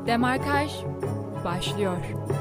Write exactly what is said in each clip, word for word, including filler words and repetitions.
Demarkaj başlıyor.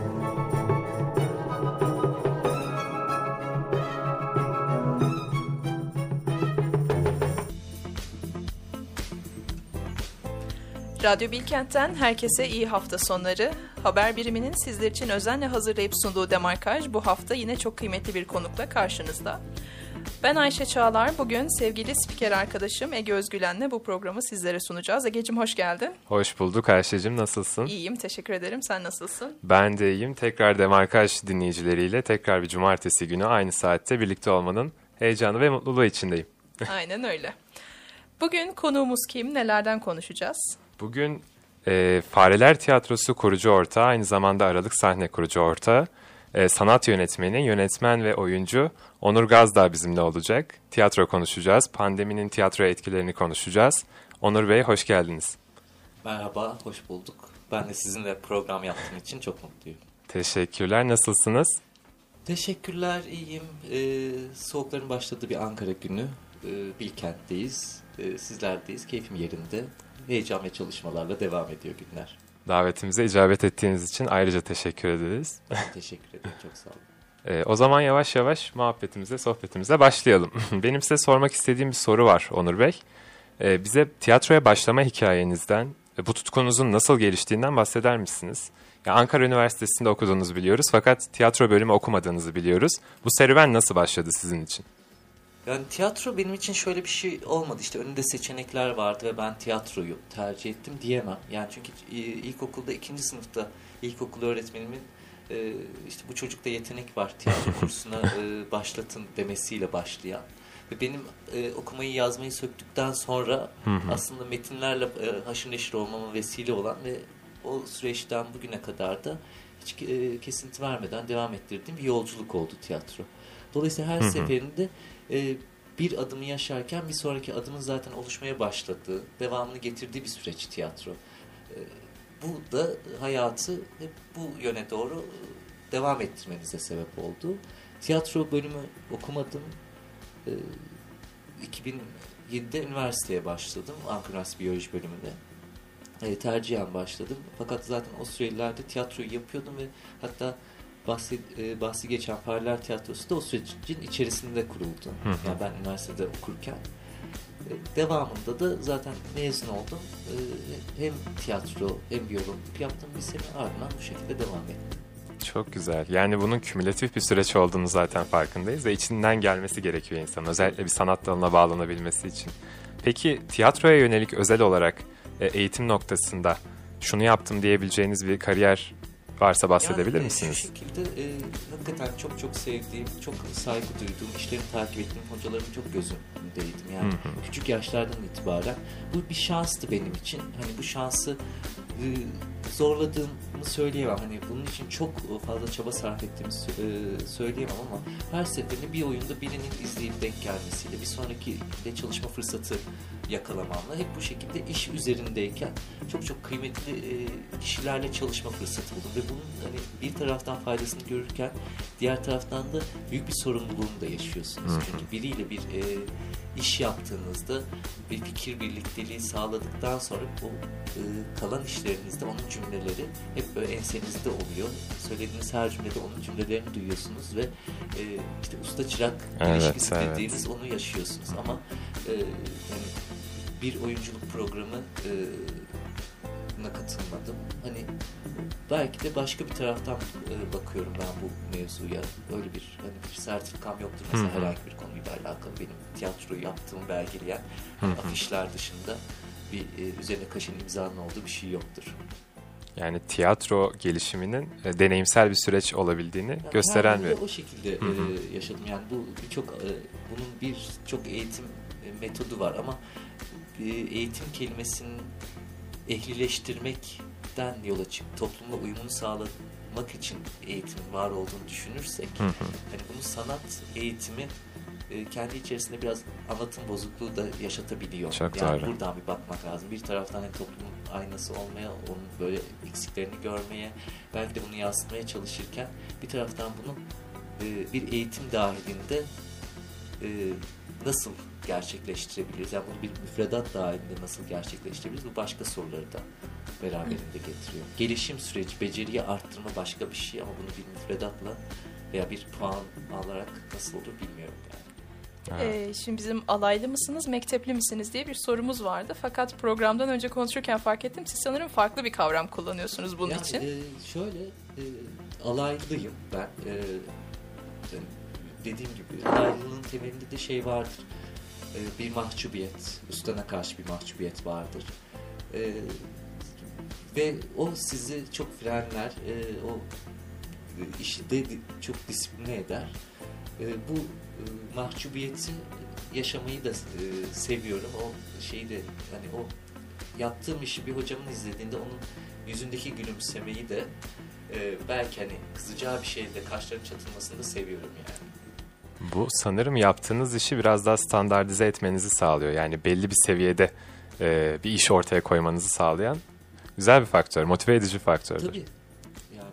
Radyo Bilkent'ten herkese iyi hafta sonları. Haber biriminin sizler için özenle hazırlayıp sunduğu Demarkaj bu hafta yine çok kıymetli bir konukla karşınızda. Ben Ayşe Çağlar. Bugün sevgili spiker arkadaşım Ege Özgülen'le bu programı sizlere sunacağız. Ege'cim hoş geldin. Hoş bulduk Ayşe'cim, nasılsın? İyiyim, teşekkür ederim. Sen nasılsın? Ben de iyiyim. Tekrar Demarkaj dinleyicileriyle tekrar bir cumartesi günü aynı saatte birlikte olmanın heyecanı ve mutluluğu içindeyim. Aynen öyle. Bugün konuğumuz kim? Nelerden konuşacağız? Bugün e, Fareler Tiyatrosu kurucu ortağı, aynı zamanda Aralık Sahne kurucu ortağı, e, sanat yönetmeni, yönetmen ve oyuncu Onur Gazdağ bizimle olacak. Tiyatro konuşacağız. Pandeminin tiyatro etkilerini konuşacağız. Onur Bey hoş geldiniz. Merhaba, hoş bulduk. Ben de sizinle program yaptığım için çok mutluyum. Teşekkürler. Nasılsınız? Teşekkürler, iyiyim. Ee, soğukların başladığı bir Ankara günü. Ee, Bilkent'teyiz. Ee, sizlerdeyiz. Keyfim yerinde. Heyecan ve çalışmalarla devam ediyor günler. Davetimize icabet ettiğiniz için ayrıca teşekkür ederiz. Ben teşekkür ederim, çok sağ olun. Ee, o zaman yavaş yavaş muhabbetimize, sohbetimize başlayalım. Benim size sormak istediğim bir soru var Onur Bey. Ee, bize tiyatroya başlama hikayenizden, bu tutkunuzun nasıl geliştiğinden bahseder misiniz? Ya Ankara Üniversitesi'nde okuduğunuzu biliyoruz fakat tiyatro bölümü okumadığınızı biliyoruz. Bu serüven nasıl başladı sizin için? Yani tiyatro benim için şöyle bir şey olmadı. İşte önünde seçenekler vardı ve ben tiyatroyu tercih ettim diyemem. Yani çünkü ilkokulda ikinci sınıfta ilkokul öğretmenimin e, işte bu çocukta yetenek var, tiyatro kursuna e, başlatın demesiyle başlayan ve benim e, okumayı yazmayı söktükten sonra hı hı. aslında metinlerle e, haşır neşir olmama vesile olan ve o süreçten bugüne kadar da hiç e, kesinti vermeden devam ettirdiğim bir yolculuk oldu tiyatro. Dolayısıyla her hı hı. seferinde e, bir adımı yaşarken bir sonraki adımın zaten oluşmaya başladığı, devamını getirdiği bir süreç tiyatro. E, bu da hayatı hep bu yöne doğru devam ettirmenize sebep oldu. Tiyatro bölümü okumadım. E, iki bin yedide üniversiteye başladım. Ankara Üniversitesi Biyoloji bölümünde. E, tercihen başladım. Fakat zaten o sürelerde tiyatroyu yapıyordum ve hatta bahsi, e, bahsi geçen Fareler Tiyatrosu da o sürecin içerisinde kuruldu. Hı hı. Yani ben üniversitede okurken. E, devamında da zaten mezun oldum. E, hem tiyatro hem biyolog yaptığım bir sene ardından bu şekilde devam ettim. Çok güzel. Yani bunun kümülatif bir süreç olduğunu zaten farkındayız ve içinden gelmesi gerekiyor insanın. Özellikle bir sanat dalına bağlanabilmesi için. Peki tiyatroya yönelik özel olarak e, eğitim noktasında şunu yaptım diyebileceğiniz bir kariyer varsa bahsedebilir yani, misiniz? Şu şekilde e, hakikaten çok çok sevdiğim, çok saygı duyduğum, işlerini takip ettiğim hocalarım çok gözümdeydim. Yani hı hı. küçük yaşlardan itibaren. Bu bir şanstı benim için. Hani bu şansı e, zorladığımı söyleyemem. Hani bunun için çok fazla çaba sarf ettiğimi e, söyleyemem ama her seferinde bir oyunda birinin izleyip denk gelmesiyle, bir sonraki de çalışma fırsatı yakalamamla hep bu şekilde iş üzerindeyken çok çok kıymetli e, kişilerle çalışma fırsatı buldum ve bunun hani bir taraftan faydasını görürken diğer taraftan da büyük bir sorumluluğunu da yaşıyorsunuz. Hı hı. Çünkü biriyle bir e, iş yaptığınızda bir fikir birlikteliği sağladıktan sonra o e, kalan işlerinizde onun cümleleri hep böyle ensenizde oluyor. Söylediğiniz her cümlede onun cümlelerini duyuyorsunuz ve e, işte usta çırak evet, ilişkisi evet. dediğiniz onu yaşıyorsunuz. Hı. Ama e, yani bir oyunculuk programı e, buna katılmadım. Hani belki de başka bir taraftan e, bakıyorum ben bu mevzuya. Öyle bir hani bir sertifikam yoktur mesela Hı-hı. herhangi bir konuyla alakalı. Benim tiyatroyu yaptığımı belgeleyen Hı-hı. afişler dışında bir e, üzerine kaşın imzanın olduğu bir şey yoktur. Yani tiyatro gelişiminin e, deneyimsel bir süreç olabildiğini yani gösteren bir... o şekilde e, yaşadım. Yani bu birçok e, bunun birçok eğitim e, metodu var ama e, eğitim kelimesinin ehlileştirmekten yola çık, toplumla uyumunu sağlamak için eğitimin var olduğunu düşünürsek, hı hı. hani bunu sanat eğitimi e, kendi içerisinde biraz anlatım bozukluğu da yaşatabiliyor. Çok yani doğru. Buradan bir bakmak lazım. Bir taraftan hani toplumun aynası olmaya, onun böyle eksiklerini görmeye, belki de bunu yansıtmaya çalışırken bir taraftan bunu e, bir eğitim dahilinde e, nasıl gerçekleştirebiliriz? Yani bunu bir müfredat dahilinde nasıl gerçekleştirebiliriz? Bu başka soruları da beraberinde getiriyor. Gelişim süreci, beceriyi arttırma başka bir şey ama bunu bir müfredatla veya bir puan alarak nasıl olur bilmiyorum yani. Ee, şimdi bizim alaylı mısınız, mektepli misiniz diye bir sorumuz vardı. Fakat programdan önce konuşurken fark ettim. Siz sanırım farklı bir kavram kullanıyorsunuz bunun yani, için. E, şöyle, e, alaylıyım ben. E, dediğim gibi alaylılığın temelinde de şey vardır. E, bir mahcubiyet, ustana karşı bir mahcubiyet vardır. E, ve o sizi çok frenler, e, o işi de çok disipline eder. E, bu e, mahcubiyeti yaşamayı da e, seviyorum. O şeyi de hani o yaptığım işi bir hocamın izlediğinde onun yüzündeki gülümsemeyi de e, belki hani kızacağı bir şeyde kaşların çatılmasını da seviyorum yani. Bu sanırım yaptığınız işi biraz daha standartize etmenizi sağlıyor. Yani belli bir seviyede e, bir iş ortaya koymanızı sağlayan güzel bir faktör, motive edici faktördür. Tabii. Yani.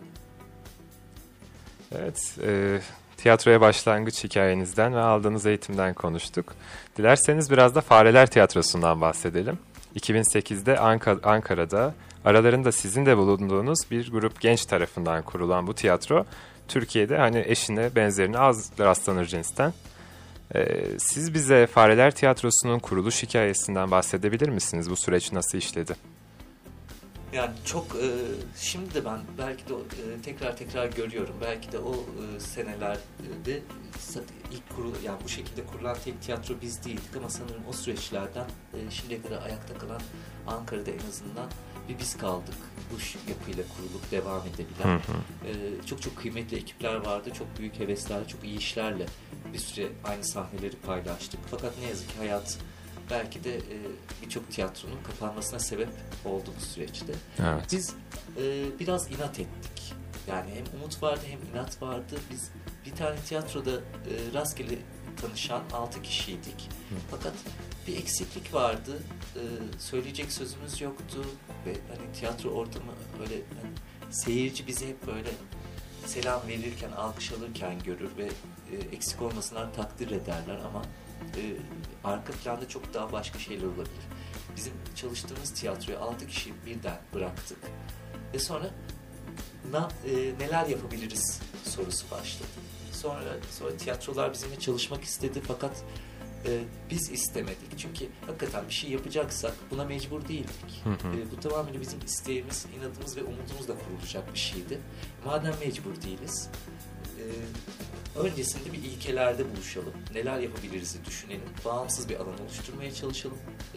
Evet, e, tiyatroya başlangıç hikayenizden ve aldığınız eğitimden konuştuk. Dilerseniz biraz da Fareler Tiyatrosu'ndan bahsedelim. iki bin sekizde Ank- Ankara'da aralarında sizin de bulunduğunuz bir grup genç tarafından kurulan bu tiyatro, Türkiye'de hani eşine benzerine az rastlanır cinsten. Ee, siz bize Fareler Tiyatrosu'nun kuruluş hikayesinden bahsedebilir misiniz? Bu süreç nasıl işledi? Yani çok e, şimdi de ben belki de e, tekrar tekrar görüyorum. Belki de o e, senelerde ilk kurul yani bu şekilde kurulan tek tiyatro biz değildik ama sanırım o süreçlerden e, şimdiye kadar ayakta kalan Ankara'da en azından bir biz kaldık. Bu yapıyla kurulup devam edebilen. Hı hı. E, çok çok kıymetli ekipler vardı. Çok büyük heveslerle, çok iyi işlerle bir süre aynı sahneleri paylaştık. Fakat ne yazık ki hayat belki de e, birçok tiyatronun kapanmasına sebep oldu bu süreçte. Evet. Biz e, biraz inat ettik. Yani hem umut vardı hem inat vardı. Biz bir tane tiyatroda e, rastgele tanışan altı kişiydik. Hı. Fakat bir eksiklik vardı. E, söyleyecek sözümüz yoktu ve hani tiyatro ortamı öyle hani, seyirci bizi hep böyle selam verirken, alkış alırken görür ve e, eksik olmasınlar takdir ederler ama e, arka planda çok daha başka şeyler olabilir. Bizim çalıştığımız tiyatroyu altı kişi birden bıraktık ve sonra na, e, neler yapabiliriz sorusu başladı. Sonra sonra tiyatrolar bizimle çalışmak istedi fakat e, biz istemedik. Çünkü hakikaten bir şey yapacaksak buna mecbur değildik. Hı hı. E, bu tamamen bizim isteğimiz, inadımız ve umudumuzla kurulacak bir şeydi. Madem mecbur değiliz, e, öncesinde bir ilkelerde buluşalım. Neler yapabiliriz düşünelim. Bağımsız bir alan oluşturmaya çalışalım. E,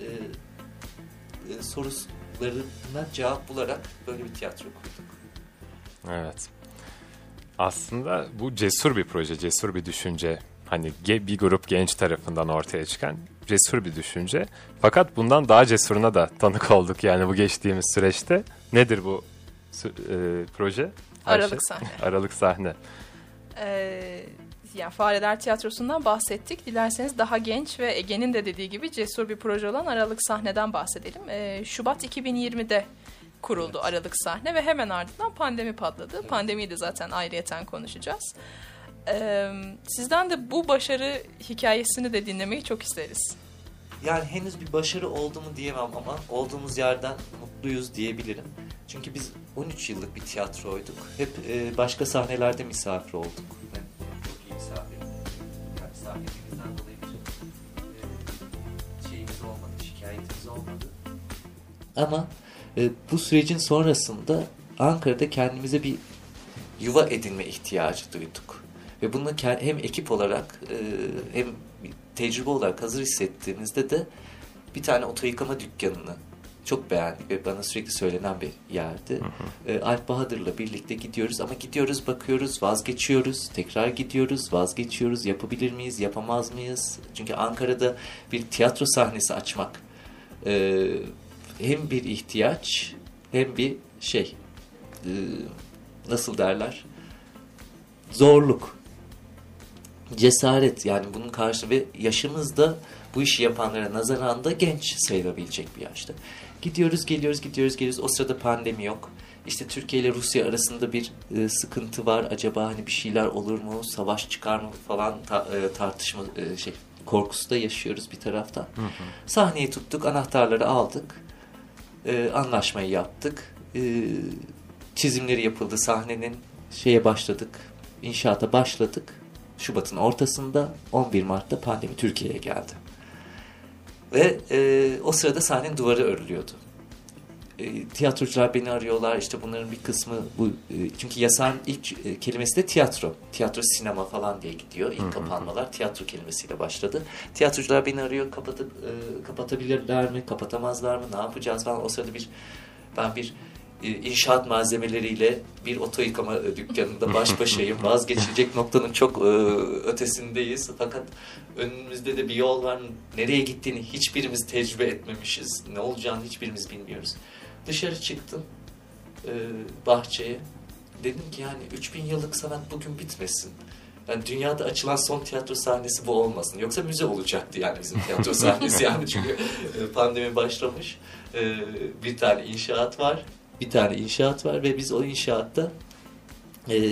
e, sorularına cevap bularak böyle bir tiyatro kurduk. Evet. Aslında bu cesur bir proje, cesur bir düşünce. Hani bir grup genç tarafından ortaya çıkan cesur bir düşünce. Fakat bundan daha cesuruna da tanık olduk yani bu geçtiğimiz süreçte. Nedir bu e, proje? Aralık Ayşe? sahne. Aralık sahne. Ee, yani Fareler Tiyatrosu'ndan bahsettik. Dilerseniz daha genç ve Ege'nin de dediği gibi cesur bir proje olan Aralık sahneden bahsedelim. Ee, Şubat iki bin yirmide kuruldu, evet. Aralık sahne ve hemen ardından pandemi patladı. Evet. Pandemiyi de zaten ayrıyeten konuşacağız. Ee, sizden de bu başarı hikayesini de dinlemeyi çok isteriz. Yani henüz bir başarı oldu mu diyemem ama olduğumuz yerden mutluyuz diyebilirim. Çünkü biz on üç yıllık bir tiyatroyduk. Hep e, başka sahnelerde misafir olduk. Yani çok iyi misafir. Yani sahnelerimizden dolayı bir e, şeyimiz olmadı, şikayetimiz olmadı. Ama e, bu sürecin sonrasında Ankara'da kendimize bir yuva edinme ihtiyacı duyduk. Ve bunu hem ekip olarak e, hem tecrübe olarak hazır hissettiğimizde de bir tane oto yıkama dükkanını çok beğendik ve bana sürekli söylenen bir yerdi. Hı hı. E, Alp Bahadır'la birlikte gidiyoruz ama gidiyoruz, bakıyoruz, vazgeçiyoruz, tekrar gidiyoruz, vazgeçiyoruz, yapabilir miyiz, yapamaz mıyız? Çünkü Ankara'da bir tiyatro sahnesi açmak e, hem bir ihtiyaç hem bir şey, e, nasıl derler, zorluk. Cesaret yani bunun karşı ve yaşımız da bu işi yapanlara nazaran da genç sayılabilecek bir yaşta. Gidiyoruz, geliyoruz, gidiyoruz, geliyoruz. O sırada pandemi yok. İşte Türkiye ile Rusya arasında bir e, sıkıntı var. Acaba hani bir şeyler olur mu? Savaş çıkar mı falan ta, e, tartışma e, şey korkusu da yaşıyoruz bir taraftan. Hı hı. Sahneyi tuttuk, anahtarları aldık, e, anlaşmayı yaptık, e, çizimleri yapıldı sahnenin, şeye başladık, inşaata başladık. Şubat'ın ortasında, on bir Mart'ta pandemi Türkiye'ye geldi. Ve e, o sırada sahnenin duvarı örülüyordu. E, tiyatrocular beni arıyorlar, işte bunların bir kısmı bu, e, çünkü yasağın ilk e, kelimesi de tiyatro. Tiyatro, sinema falan diye gidiyor. İlk kapanmalar tiyatro kelimesiyle başladı. Tiyatrocular beni arıyor, kapatıp, e, kapatabilirler mi, kapatamazlar mı, ne yapacağız falan. O sırada bir ben bir İnşaat malzemeleriyle bir oto yıkama dükkanında baş başayım. Vazgeçilecek noktanın çok e, ötesindeyiz. Fakat önümüzde de bir yol var. Nereye gittiğini hiçbirimiz tecrübe etmemişiz. Ne olacağını hiçbirimiz bilmiyoruz. Dışarı çıktım e, bahçeye. Dedim ki yani üç bin yıllık sanat bugün bitmesin. Yani dünyada açılan son tiyatro sahnesi bu olmasın. Yoksa müze olacaktı yani bizim tiyatro sahnesi. Yani çünkü pandemi başlamış. E, bir tane inşaat var. Bir tane inşaat var ve biz o inşaatta e,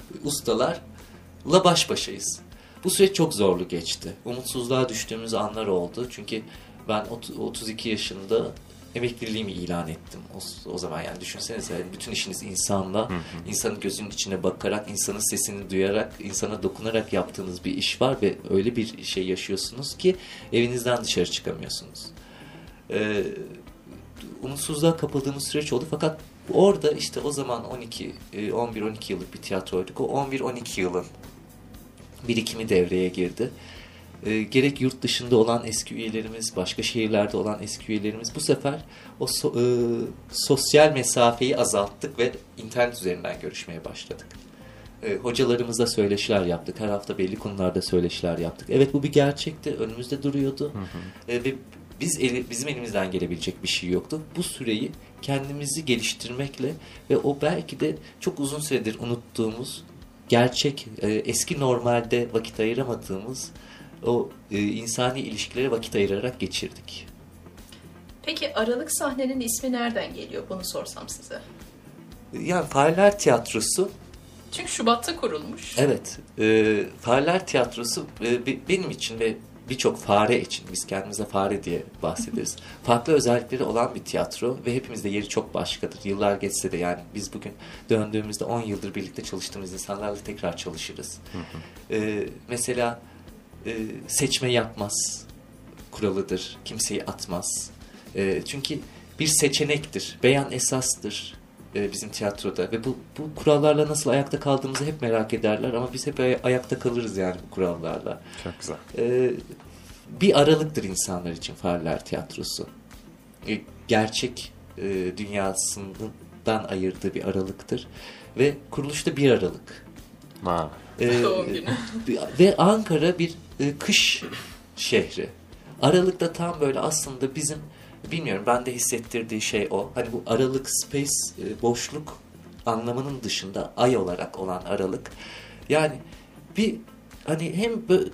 ustalarla baş başayız. Bu süreç çok zorlu geçti. Umutsuzluğa düştüğümüz anlar oldu. Çünkü ben otuz iki yaşında emekliliğimi ilan ettim. O, o zaman yani düşünsenize bütün işiniz insanla, hı hı. insanın gözünün içine bakarak, insanın sesini duyarak, insana dokunarak yaptığınız bir iş var ve öyle bir şey yaşıyorsunuz ki evinizden dışarı çıkamıyorsunuz. Ee, umutsuzluğa kapıldığımız süreç oldu fakat orada işte o zaman on iki, on bir on iki yıllık bir tiyatroyduk. O on bir on iki yılın birikimi devreye girdi. E, gerek yurt dışında olan eski üyelerimiz, başka şehirlerde olan eski üyelerimiz bu sefer o so, e, sosyal mesafeyi azalttık ve internet üzerinden görüşmeye başladık. E, hocalarımızla söyleşiler yaptık. Her hafta belli konularda söyleşiler yaptık. Evet bu bir gerçekti. Önümüzde duruyordu. Hı hı. E, ve biz eli, bizim elimizden gelebilecek bir şey yoktu. Bu süreyi kendimizi geliştirmekle ve o belki de çok uzun süredir unuttuğumuz gerçek, e, eski normalde vakit ayıramadığımız o e, insani ilişkilere vakit ayırarak geçirdik. Peki Aralık sahnenin ismi nereden geliyor? Bunu sorsam size. Yani Fareler Tiyatrosu. Çünkü Şubat'ta kurulmuş. Evet. E, Fareler Tiyatrosu e, benim için ve birçok fare için, biz kendimize fare diye bahsederiz. Farklı özellikleri olan bir tiyatro ve hepimizde yeri çok başkadır. Yıllar geçse de yani biz bugün döndüğümüzde on yıldır birlikte çalıştığımız insanlarla tekrar çalışırız. Hı hı. Ee, mesela e, seçme yapmaz kuralıdır. Kimseyi atmaz. E, çünkü bir seçenektir. Beyan esastır e, bizim tiyatroda ve bu, bu kurallarla nasıl ayakta kaldığımızı hep merak ederler ama biz hep ay- ayakta kalırız yani bu kurallarla. Çok güzel. E, bir aralıktır insanlar için Fareler Tiyatrosu. E, gerçek e, dünyasından ayırdığı bir aralıktır ve kuruluşta bir Aralık. Ha. E, Doğum günü. Ve Ankara bir e, kış şehri. Aralıkta tam böyle aslında bizim, bilmiyorum bende hissettirdiği şey o. Hani bu aralık, space, e, boşluk anlamının dışında ay olarak olan aralık. Yani bir hani hem böyle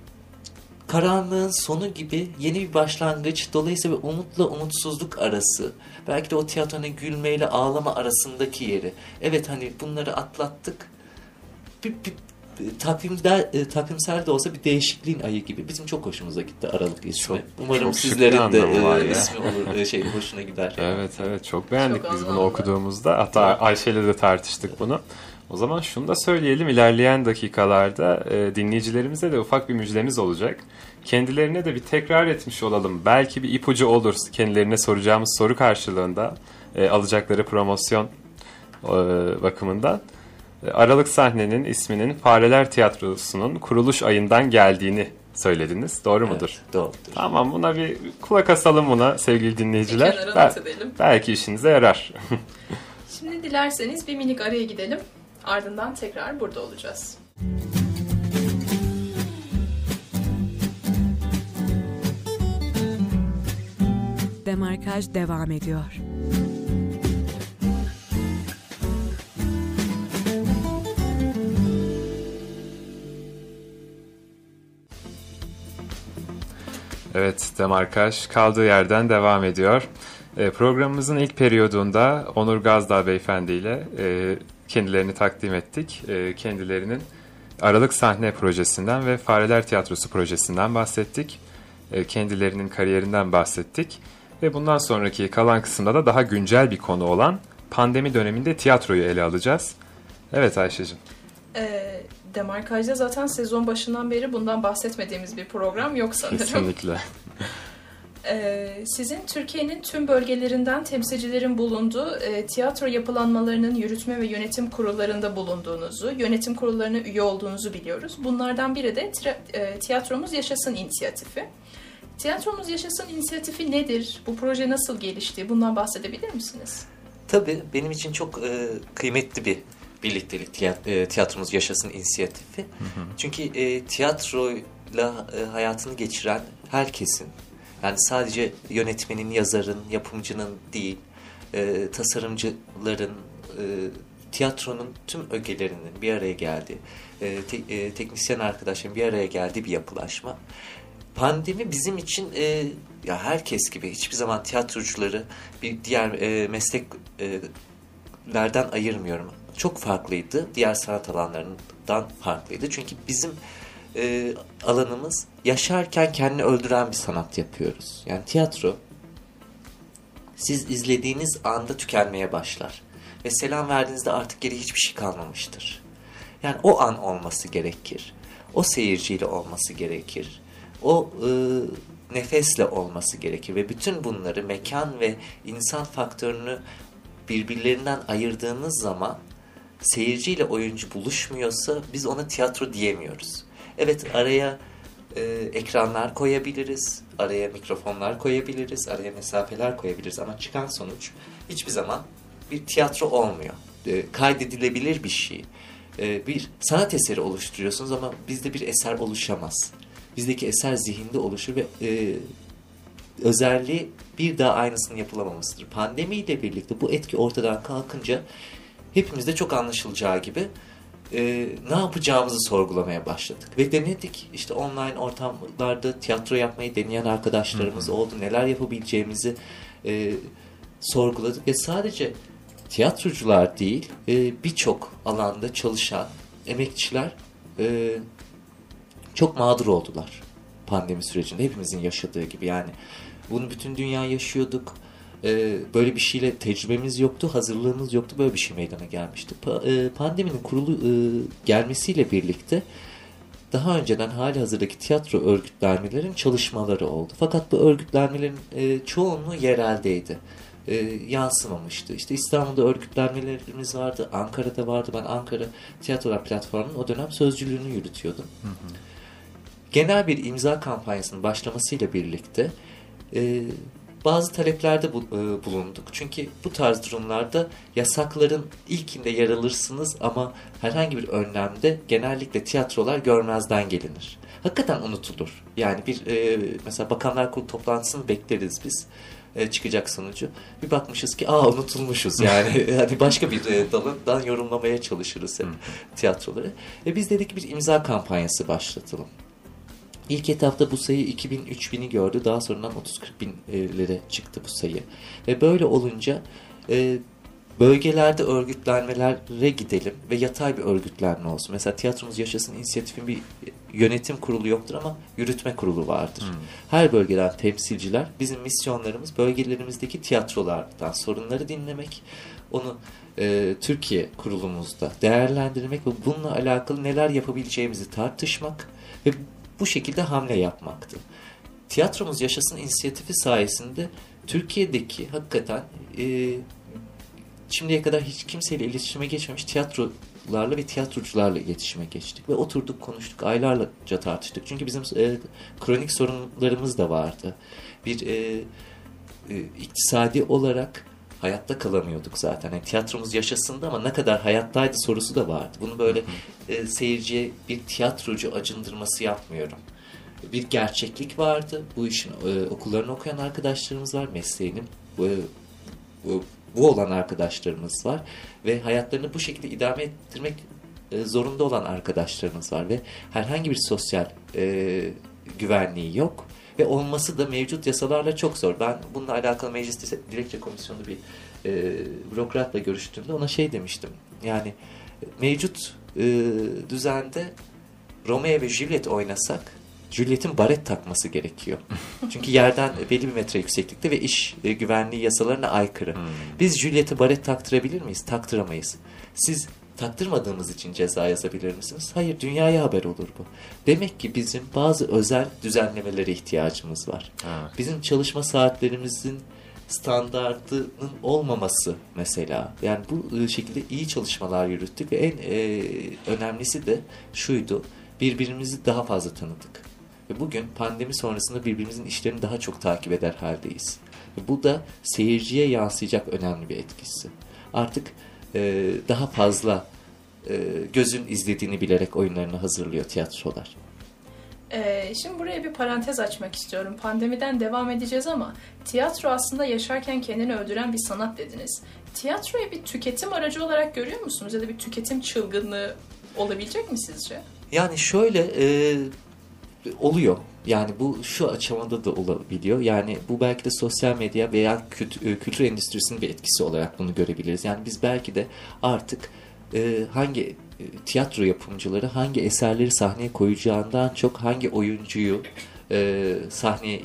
karanlığın sonu gibi yeni bir başlangıç. Dolayısıyla umutla umutsuzluk arası. Belki de o tiyatronun gülmeyle ağlama arasındaki yeri. Evet hani bunları atlattık. Bir, bir takvimde, e, takvimsel de olsa bir değişikliğin ayı gibi. Bizim çok hoşumuza gitti Aralık ismi. Çok, Umarım çok sizlerin de e, ismi olur, e, şey hoşuna gider. Evet evet çok beğendik çok biz anlamlı. bunu okuduğumuzda. Hatta Ayşe'yle de tartıştık bunu. O zaman şunu da söyleyelim, ilerleyen dakikalarda e, dinleyicilerimize de ufak bir müjdemiz olacak. Kendilerine de bir tekrar etmiş olalım. Belki bir ipucu olur kendilerine soracağımız soru karşılığında e, alacakları promosyon e, bakımından. Aralık sahnenin isminin Fareler Tiyatrosu'nun kuruluş ayından geldiğini söylediniz. Doğru mudur? Evet, doğrudur. Tamam, buna bir kulak asalım buna sevgili dinleyiciler. Bir kenara Bel- not edelim. belki işinize yarar. Şimdi dilerseniz bir minik araya gidelim. Ardından tekrar burada olacağız. Demarkaj devam ediyor. Evet, Demarkaj kaldığı yerden devam ediyor. E, programımızın ilk periyodunda Onur Gazdağ Beyefendi ile e, kendilerini takdim ettik. E, kendilerinin Aralık Sahne projesinden ve Fareler Tiyatrosu projesinden bahsettik. E, kendilerinin kariyerinden bahsettik. Ve bundan sonraki kalan kısımda da daha güncel bir konu olan pandemi döneminde tiyatroyu ele alacağız. Evet Ayşe'cim. E, Demarkaj'da zaten sezon başından beri bundan bahsetmediğimiz bir program yok sanırım. Kesinlikle. Ee, sizin Türkiye'nin tüm bölgelerinden temsilcilerin bulunduğu e, tiyatro yapılanmalarının yürütme ve yönetim kurullarında bulunduğunuzu, yönetim kurullarına üye olduğunuzu biliyoruz. Bunlardan biri de tra- e, Tiyatromuz Yaşasın inisiyatifi. Tiyatromuz Yaşasın inisiyatifi nedir? Bu proje nasıl gelişti? Bundan bahsedebilir misiniz? Tabii benim için çok e, kıymetli bir birliktelik tiyat- e, Tiyatromuz Yaşasın inisiyatifi. Hı hı. Çünkü e, tiyatroyla e, hayatını geçiren herkesin, yani sadece yönetmenin, yazarın, yapımcının değil, e, tasarımcıların, e, tiyatronun tüm ögelerinin bir araya geldiği, e, te, e, teknisyen arkadaşların bir araya geldiği bir yapılaşma. Pandemi bizim için e, ya herkes gibi hiçbir zaman tiyatrocuları bir diğer e, mesleklerden ayırmıyorum. Çok farklıydı, diğer sanat alanlarından farklıydı. Çünkü bizim E, alanımız yaşarken kendini öldüren bir sanat yapıyoruz. Yani tiyatro siz izlediğiniz anda tükenmeye başlar. Ve selam verdiğinizde artık geri hiçbir şey kalmamıştır. Yani o an olması gerekir. O seyirciyle olması gerekir. O e, nefesle olması gerekir. Ve bütün bunları mekan ve insan faktörünü birbirlerinden ayırdığınız zaman seyirciyle oyuncu buluşmuyorsa biz ona tiyatro diyemiyoruz. Evet, araya e, ekranlar koyabiliriz, araya mikrofonlar koyabiliriz, araya mesafeler koyabiliriz ama çıkan sonuç hiçbir zaman bir tiyatro olmuyor. E, kaydedilebilir bir şey. E, bir sanat eseri oluşturuyorsunuz ama bizde bir eser oluşamaz. Bizdeki eser zihinde oluşur ve e, özelliği bir daha aynısının yapılamamasıdır. Pandemiyle birlikte bu etki ortadan kalkınca hepimizde çok anlaşılacağı gibi Ee, ne yapacağımızı sorgulamaya başladık. Ve denedik. İşte online ortamlarda tiyatro yapmayı deneyen arkadaşlarımız hı hı. oldu. Neler yapabileceğimizi e, sorguladık. Ve sadece tiyatrocular değil, e, birçok alanda çalışan emekçiler e, çok mağdur oldular pandemi sürecinde. Hepimizin yaşadığı gibi yani. Bunu bütün dünya yaşıyorduk. Böyle bir şeyle tecrübemiz yoktu, hazırlığımız yoktu. Böyle bir şey meydana gelmişti. Pandeminin kurulu gelmesiyle birlikte daha önceden hali hazırdaki tiyatro örgütlenmelerin çalışmaları oldu. Fakat bu örgütlenmelerin çoğunluğu yereldeydi. Yansımamıştı. İşte İstanbul'da örgütlenmelerimiz vardı, Ankara'da vardı. Ben Ankara Tiyatrolar Platformu'nun o dönem sözcülüğünü yürütüyordum. Hı hı. Genel bir imza kampanyasının başlamasıyla birlikte bazı taleplerde bulunduk. Çünkü bu tarz durumlarda yasakların ilkinde yer alırsınız ama herhangi bir önlemde genellikle tiyatrolar görmezden gelinir. Hakikaten unutulur. Yani bir e, mesela Bakanlar Kurulu toplantısını bekleriz biz. E, çıkacak sonucu. Bir bakmışız ki aa unutulmuşuz yani. Yani başka bir e, dalından yorumlamaya çalışırız hep tiyatroları. E, biz dedik bir imza kampanyası başlatalım. İlk etapta bu sayı iki bin üç bini gördü. Daha sonradan otuz kırk binlere çıktı bu sayı. Ve böyle olunca e, bölgelerde örgütlenmelere gidelim ve yatay bir örgütlenme olsun. Mesela Tiyatromuz Yaşasın inisiyatifin bir yönetim kurulu yoktur ama yürütme kurulu vardır. Hmm. Her bölgeden temsilciler, bizim misyonlarımız bölgelerimizdeki tiyatrolardan sorunları dinlemek, onu e, Türkiye kurulumuzda değerlendirmek ve bununla alakalı neler yapabileceğimizi tartışmak ve bu şekilde hamle yapmaktı. Tiyatromuz Yaşasın inisiyatifi sayesinde Türkiye'deki hakikaten e, şimdiye kadar hiç kimseyle iletişime geçmemiş tiyatrolarla ve tiyatrocularla iletişime geçtik. Ve oturduk, konuştuk, aylarca tartıştık. Çünkü bizim e, kronik sorunlarımız da vardı. Bir e, e, iktisadi olarak hayatta kalamıyorduk zaten. Yani tiyatromuz yaşasındı ama ne kadar hayattaydı sorusu da vardı. Bunu böyle e, seyirciye bir tiyatrocu acındırması yapmıyorum. Bir gerçeklik vardı. Bu işin e, okullarını okuyan arkadaşlarımız var. Mesleğini bu, bu, bu olan arkadaşlarımız var. Ve hayatlarını bu şekilde idame ettirmek e, zorunda olan arkadaşlarımız var. Ve herhangi bir sosyal e, güvenliği yok. Ve olması da mevcut yasalarla çok zor. Ben bununla alakalı meclis dilekçe komisyonu bir e, bürokratla görüştüğümde ona şey demiştim. Yani mevcut e, düzende Romeo ve Juliet oynasak Juliet'in baret takması gerekiyor. Çünkü yerden belli bir metre yükseklikte ve iş e, güvenliği yasalarına aykırı. Hmm. Biz Juliet'e baret taktırabilir miyiz? Taktıramayız. Siz taktırmadığımız için ceza yazabilir misiniz? Hayır, dünyaya haber olur bu. Demek ki bizim bazı özel düzenlemelere ihtiyacımız var. Evet. Bizim çalışma saatlerimizin standartının olmaması mesela. Yani bu şekilde iyi çalışmalar yürüttük ve en e, önemlisi de şuydu. Birbirimizi daha fazla tanıdık. Ve bugün pandemi sonrasında birbirimizin işlerini daha çok takip eder haldeyiz. Ve bu da seyirciye yansıyacak önemli bir etkisi. Artık e, daha fazla e, gözün izlediğini bilerek oyunlarını hazırlıyor tiyatrolar. Ee, şimdi buraya bir parantez açmak istiyorum. Pandemiden devam edeceğiz ama tiyatro aslında yaşarken kendini öldüren bir sanat dediniz. Tiyatroyu bir tüketim aracı olarak görüyor musunuz? Ya da bir tüketim çılgınlığı olabilecek mi sizce? Yani şöyle e, oluyor. Yani bu şu aşamada da olabiliyor. Yani bu belki de sosyal medya veya kültür, kültür endüstrisinin bir etkisi olarak bunu görebiliriz. Yani biz belki de artık e, hangi e, tiyatro yapımcıları hangi eserleri sahneye koyacağından çok hangi oyuncuyu e, sahneye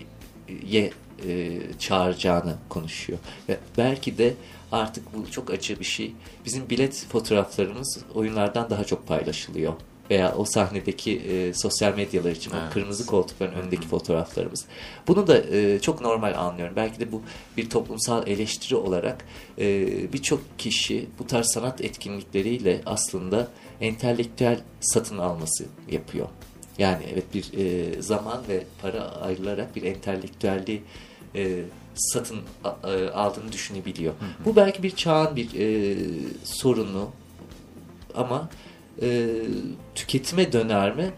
e, çağıracağını konuşuyor. Ve belki de artık bu çok acı bir şey. Bizim bilet fotoğraflarımız oyunlardan daha çok paylaşılıyor. Veya o sahnedeki e, sosyal medyalar için evet. O kırmızı koltukların önündeki fotoğraflarımız. Bunu da e, çok normal anlıyorum. Belki de bu bir toplumsal eleştiri olarak e, birçok kişi bu tarz sanat etkinlikleriyle aslında entelektüel satın alması yapıyor. Yani evet bir e, zaman ve para ayrılarak bir entelektüelliği e, satın e, aldığını düşünebiliyor. Hı hı. Bu belki bir çağın bir e, sorunu ama E, tüketime döner mi?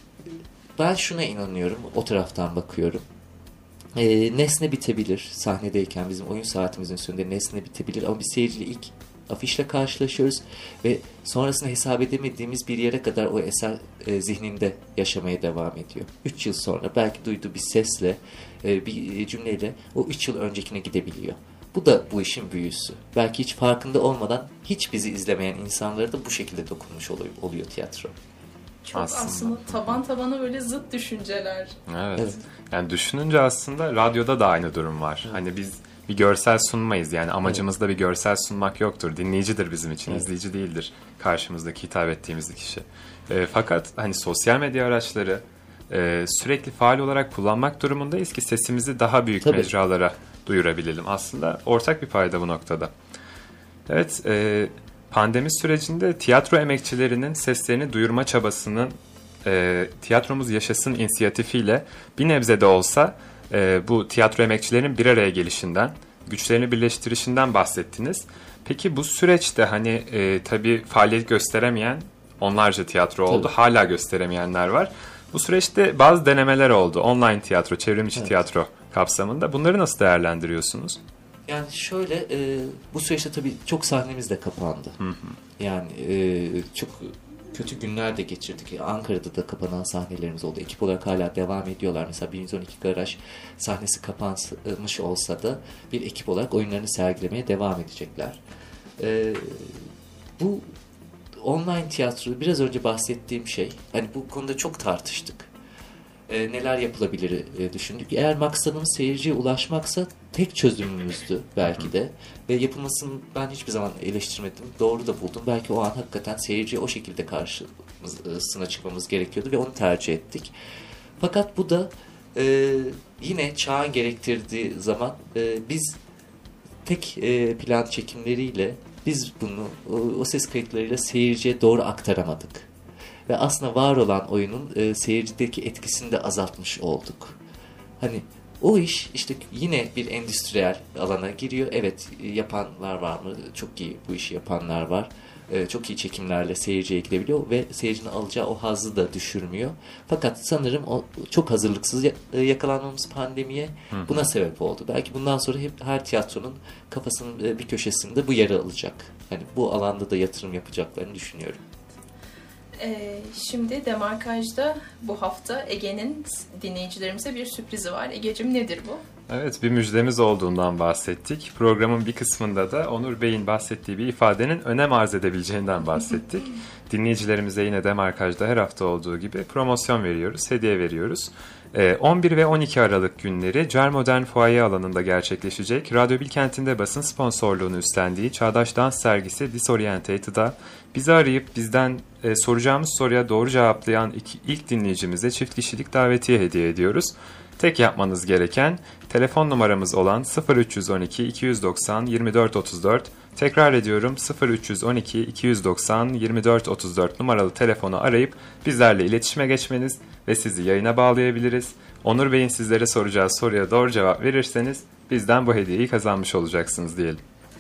Ben şuna inanıyorum. O taraftan bakıyorum. E, nesne bitebilir. Sahnedeyken bizim oyun saatimizin sonunda nesne bitebilir. Ama biz seyirciyle ilk afişle karşılaşıyoruz. Ve sonrasında hesap edemediğimiz bir yere kadar o eser e, zihninde yaşamaya devam ediyor. Üç yıl sonra belki duyduğu bir sesle, e, bir cümleyle o üç yıl öncekine gidebiliyor. Bu da bu işin büyüsü. Belki hiç farkında olmadan hiç bizi izlemeyen insanlara da bu şekilde dokunmuş oluyor, oluyor tiyatro. Çok aslında. aslında taban tabana böyle zıt düşünceler. Evet. evet. Yani düşününce aslında radyoda da aynı durum var. Evet. Hani biz bir görsel sunmayız. Yani amacımızda evet. bir görsel sunmak yoktur. Dinleyicidir bizim için, evet. izleyici değildir karşımızdaki hitap ettiğimiz kişi. E, fakat hani sosyal medya araçları e, sürekli faal olarak kullanmak durumundayız ki sesimizi daha büyük Tabii. mecralara duyurabilelim. Aslında ortak bir payda bu noktada. Evet, e, pandemi sürecinde tiyatro emekçilerinin seslerini duyurma çabasının e, Tiyatromuz Yaşasın inisiyatifiyle bir nebze de olsa e, bu tiyatro emekçilerinin bir araya gelişinden, güçlerini birleştirişinden bahsettiniz. Peki bu süreçte hani e, tabii faaliyet gösteremeyen onlarca tiyatro oldu, tabii. hala gösteremeyenler var. Bu süreçte bazı denemeler oldu. Online tiyatro, çevrim içi evet. tiyatro kapsamında. Bunları nasıl değerlendiriyorsunuz? Yani şöyle, e, bu süreçte tabii çok sahnemiz de kapandı. Hı hı. Yani e, çok kötü günler de geçirdik. Ankara'da da kapanan sahnelerimiz oldu. Ekip olarak hala devam ediyorlar. Mesela bir yüz on iki Garaj sahnesi kapanmış olsa da bir ekip olarak oyunlarını sergilemeye devam edecekler. E, bu online tiyatro, biraz önce bahsettiğim şey, hani bu konuda çok tartıştık. E, neler yapılabilir e, düşündük. Eğer maksadımız seyirciye ulaşmaksa tek çözümümüzdü belki de. Ve yapılmasını ben hiçbir zaman eleştirmedim. Doğru da buldum. Belki o an hakikaten seyirciye o şekilde karşısına çıkmamız gerekiyordu ve onu tercih ettik. Fakat bu da e, yine çağın gerektirdiği zaman e, biz tek e, plan çekimleriyle biz bunu o, o ses kayıtlarıyla seyirciye doğru aktaramadık. Ve aslında var olan oyunun e, seyircideki etkisini de azaltmış olduk. Hani o iş işte yine bir endüstriyel alana giriyor. Evet, yapanlar var mı? Çok iyi bu işi yapanlar var. E, çok iyi çekimlerle seyirciye gidebiliyor ve seyircinin alacağı o hazzı da düşürmüyor. Fakat sanırım o çok hazırlıksız yakalanmamız pandemiye buna sebep oldu. Belki bundan sonra hep her tiyatronun kafasının bir köşesinde bu yeri alacak. Hani bu alanda da yatırım yapacaklarını düşünüyorum. Ee, şimdi Demarkaj'da bu hafta Ege'nin dinleyicilerimize bir sürprizi var. Ege'cim nedir bu? Evet, bir müjdemiz olduğundan bahsettik. Programın bir kısmında da Onur Bey'in bahsettiği bir ifadenin önem arz edebileceğinden bahsettik. Dinleyicilerimize yine Demarkaj'da her hafta olduğu gibi promosyon veriyoruz, hediye veriyoruz. on bir ve on iki Aralık günleri Cer Modern Fuaye alanında gerçekleşecek Radyo Bilkent'inde basın sponsorluğunu üstlendiği Çağdaş Dans sergisi Disorientated'a bizi arayıp bizden e, soracağımız soruya doğru cevaplayan iki, ilk dinleyicimize çift kişilik davetiye hediye ediyoruz. Tek yapmanız gereken telefon numaramız olan sıfır üç on iki iki yüz doksan yirmi dört otuz dört, tekrar ediyorum sıfır üç on iki iki yüz doksan yirmi dört otuz dört numaralı telefonu arayıp bizlerle iletişime geçmeniz ve sizi yayına bağlayabiliriz. Onur Bey'in sizlere soracağı soruya doğru cevap verirseniz bizden bu hediyeyi kazanmış olacaksınız diyelim.